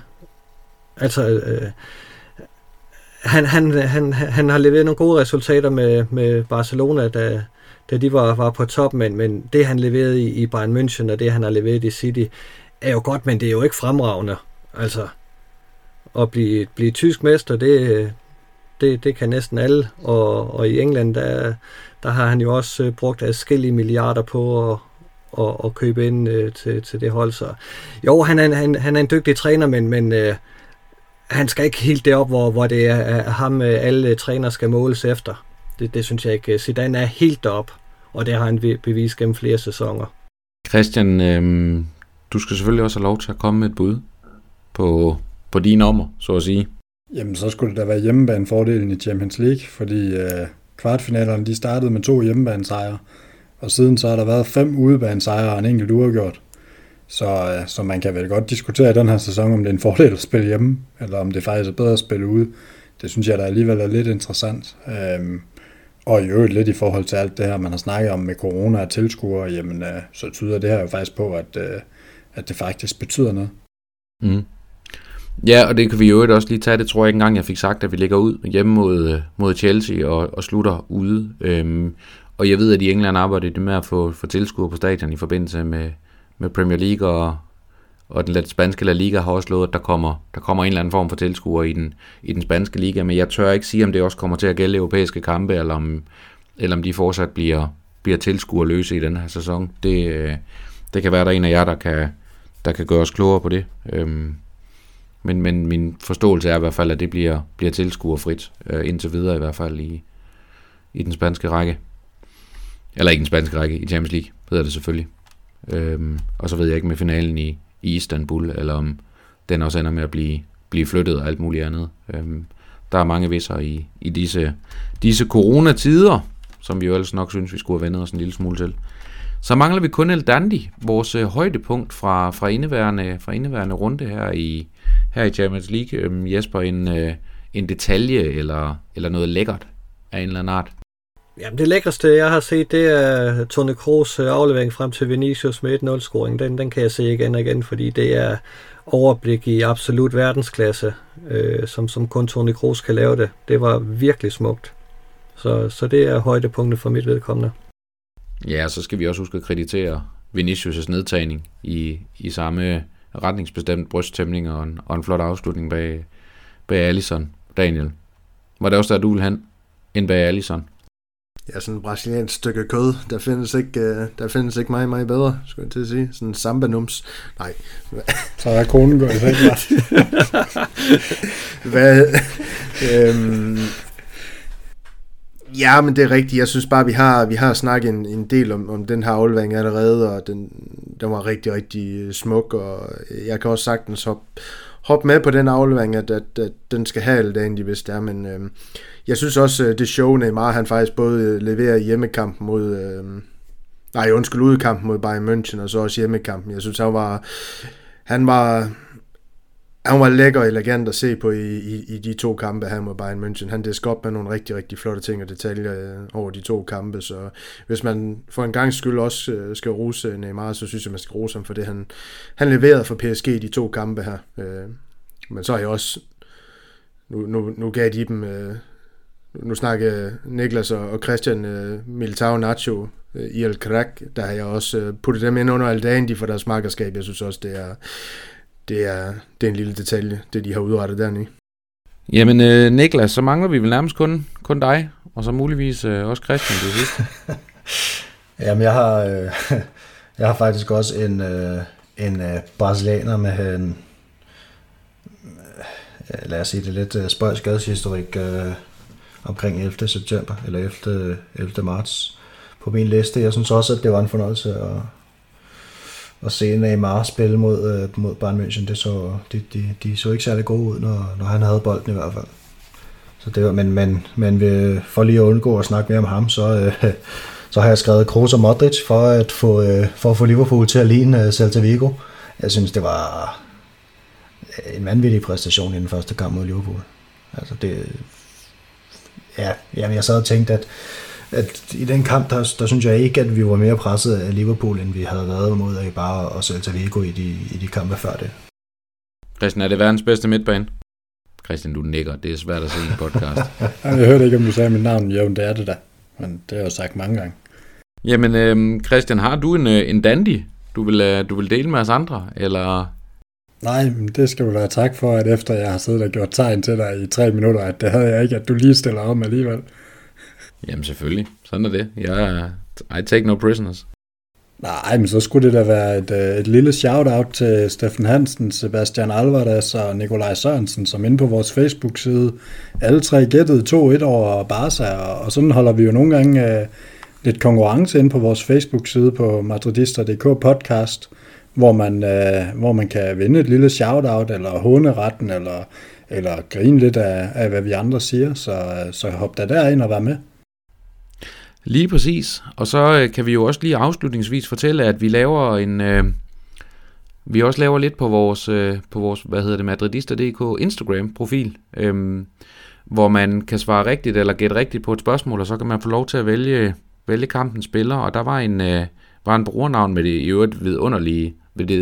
Han har leveret nogle gode resultater med Barcelona, da de var på top, men det han leverede i Bayern München og det han har leveret i City er jo godt, men det er jo ikke fremragende. Altså at blive tysk mester, det kan næsten alle, og i England der har han jo også brugt adskillige milliarder på at købe ind til det hold. Så jo, han er en dygtig træner, men han skal ikke helt derop, hvor det er ham, alle træner skal måles efter. Det synes jeg ikke. Zidane er helt derop, og det har han bevist gennem flere sæsoner. Christian, du skal selvfølgelig også have lov til at komme med et bud på din nummer, så at sige. Jamen, så skulle det da være hjemmebanefordelen i Champions League, fordi kvartfinalerne, de startede med 2 hjemmebanesejre, og siden så har der været 5 udebanesejre og en enkelt uafgjort. Så man kan vel godt diskutere i den her sæson, om det er en fordel at spille hjemme, eller om det faktisk er bedre at spille ude. Det synes jeg da alligevel er lidt interessant. Og i øvrigt lidt i forhold til alt det her, man har snakket om med corona og tilskuere, jamen så tyder det her jo faktisk på, at det faktisk betyder noget. Mm. Ja, og det kan vi jo også lige tage. Det tror jeg ikke engang, jeg fik sagt, at vi ligger ud hjemme mod Chelsea og slutter ude. Og jeg ved, at i England arbejder det med at få tilskuere på stadion i forbindelse med Premier League, og den spanske La Liga har også lovet, at der kommer en eller anden form for tilskuere i den spanske liga, men jeg tør ikke sige, om det også kommer til at gælde europæiske kampe, eller om de fortsat bliver tilskuerløse i den her sæson. Det kan være, der er en af jer, der kan gøre os klogere på det. Men min forståelse er i hvert fald, at det bliver tilskuerfrit indtil videre, i hvert fald i den spanske række. Eller ikke den spanske række, i Champions League hedder det selvfølgelig. Og så ved jeg ikke med finalen i Istanbul, eller om den også ender med at blive flyttet og alt muligt andet. Der er mange visser i disse coronatider, som vi jo ellers nok synes, vi skulle have vendet os en lille smule til. Så mangler vi kun El Dandy, vores højdepunkt fra indeværende runde her i Champions League. Jesper, en detalje eller noget lækkert af en eller anden art? Jamen det lækreste, jeg har set, det er Toni Kroos aflevering frem til Vinicius med 1-0-scoring. Den kan jeg se igen og igen, fordi det er overblik i absolut verdensklasse, som kun Toni Kroos kan lave det. Det var virkelig smukt. Så det er højdepunktet for mit vedkommende. Ja, så skal vi også huske at kreditere Vinicius' nedtagning i samme retningsbestemt brysttæmning og en flot afslutning bag Alisson. Daniel, var det også der, du ville hen, ind bag Alisson? Ja, sådan et brasiliansk stykke kød. Der findes ikke meget bedre, skulle jeg til at sige. Sådan en samba-nums. Nej. Så er konen gået i fængsel. Hvad? Ja, men det er rigtigt. Jeg synes bare, vi har snakket en del om den her aflevering allerede, og den var rigtig, rigtig smuk, og jeg kan også sagtens hoppe med på den aflevering, at den skal have alle dagen, hvis det er, men jeg synes også, det show Neymar, han faktisk både leverer i hjemmekampen mod, udekampen mod Bayern München, og så også hjemmekampen. Jeg synes, han var lækker og elegant at se på i de 2 kampe her mod Bayern München. Han disker op med nogle rigtig, rigtig flotte ting og detaljer over de 2 kampe, så hvis man for en gangs skyld også skal rose Neymar, så synes jeg, man skal rose ham for det, han leverede for PSG i de 2 kampe her. Men så har jeg også, nu gav de dem, nu snakker Niklas og Christian Militao Nacho i El Crack, der har jeg også puttet dem ind under Al Dandy for deres makkerskab. Jeg synes også, det er en lille detalje, det de har udrettet dernede. Jamen Niklas, så mangler vi vel nærmest kun dig, og så muligvis også Christian det sidste. Jamen jeg har faktisk også en brasilianer med en, lad os sige det lidt spøjs skadeshistorik omkring 11. september, eller 11. marts på min liste. Jeg synes også, at det var en fornøjelse at se Neymar spille mod Bayern München. De så ikke særlig gode ud, når han havde bolden i hvert fald. Så det var, men for lige at undgå at snakke mere om ham, så har jeg skrevet Kroos og Modric for at få Liverpool til at ligne Celta Vigo. Jeg synes, det var en vanvittig præstation i den første kamp mod Liverpool. Altså det, jeg sad og tænkte, at i den kamp, der synes jeg ikke, at vi var mere presset af Liverpool, end vi havde været mod Eibar og Celta Vigo i de kampe før det. Christian, er det verdens bedste midtbane? Christian, du nikker. Det er svært at se i en podcast. Jeg hørte ikke, om du sagde mit navn. Jo, det er det da. Men det har jeg jo sagt mange gange. Jamen, Christian, har du en dandy, du vil dele med os andre, eller? Nej, men det skal du da tak for, at efter jeg har siddet og gjort tegn til dig i 3 minutter, at det havde jeg ikke, at du lige stiller om alligevel. Jamen selvfølgelig, sådan er det. I take no prisoners. Nej, men så skulle det da være et lille shout-out til Steffen Hansen, Sebastian Alvarez og Nikolaj Sørensen, som inde på vores Facebook-side. Alle 3 gættede 2-1 over Barca, og sådan holder vi jo nogle gange lidt konkurrence inde på vores Facebook-side på madridister.dk podcast, hvor man kan vinde et lille shout-out, eller håneretten, eller grine lidt af, hvad vi andre siger. Så hop da derind og vær med. Lige præcis. Og så kan vi jo også lige afslutningsvis fortælle, at vi laver vi også laver lidt på vores madridister.dk Instagram-profil, hvor man kan svare rigtigt eller gætte rigtigt på et spørgsmål, og så kan man få lov til at vælge kampens spiller. Og der var en brugernavn med det i øvrigt vidunderlige,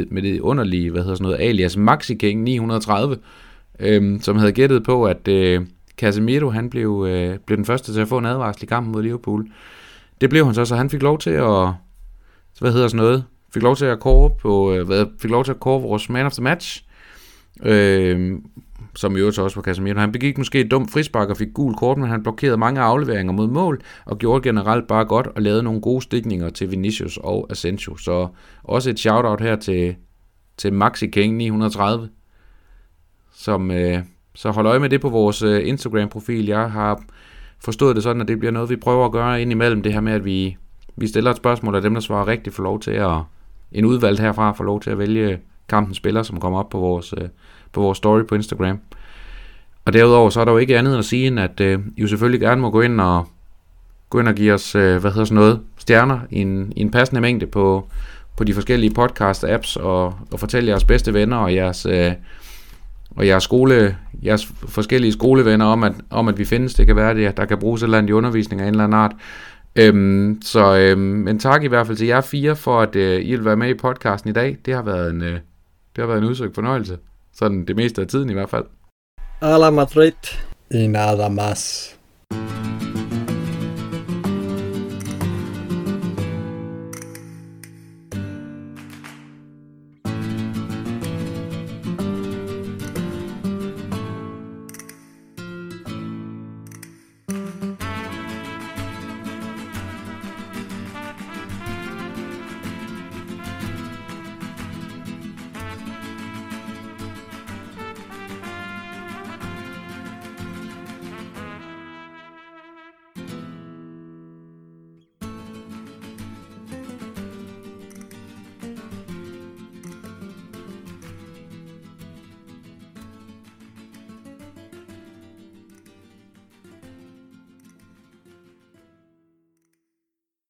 alias MaxiKing 930, som havde gættet på, at Casemiro, han blev den første til at få en advarsel i kampen mod Liverpool. Det blev han så han fik lov til at fik lov til at kåre vores man of the match, som i øvrigt også var Casemiro. Han begik måske et dumt frispark og fik gul kort, men han blokerede mange afleveringer mod mål og gjorde generelt bare godt og lavede nogle gode stikninger til Vinicius og Asensio. Så også et shout-out her til MaxiKing 930, som så hold øje med det på vores Instagram-profil. Jeg har forstået det sådan, at det bliver noget, vi prøver at gøre indimellem det her med, at vi stiller et spørgsmål, og dem, der svarer rigtigt, får lov til en udvalgt herfra, får lov til at vælge kampens spiller, som kommer op på vores story på Instagram. Og derudover, så er der jo ikke andet at sige, end at I jo selvfølgelig gerne må gå ind og give os, stjerner i en passende mængde på de forskellige podcast-apps, og fortælle jeres bedste venner og jeres forskellige skolevenner om at vi findes. Det kan være det, der kan bruges et eller andet i undervisning af en eller anden art. Men tak i hvert fald til jer 4 for at I vil være med i podcasten i dag. Det har været en udsøgt fornøjelse. Sådan det meste af tiden i hvert fald. A la Madrid. Y nada más.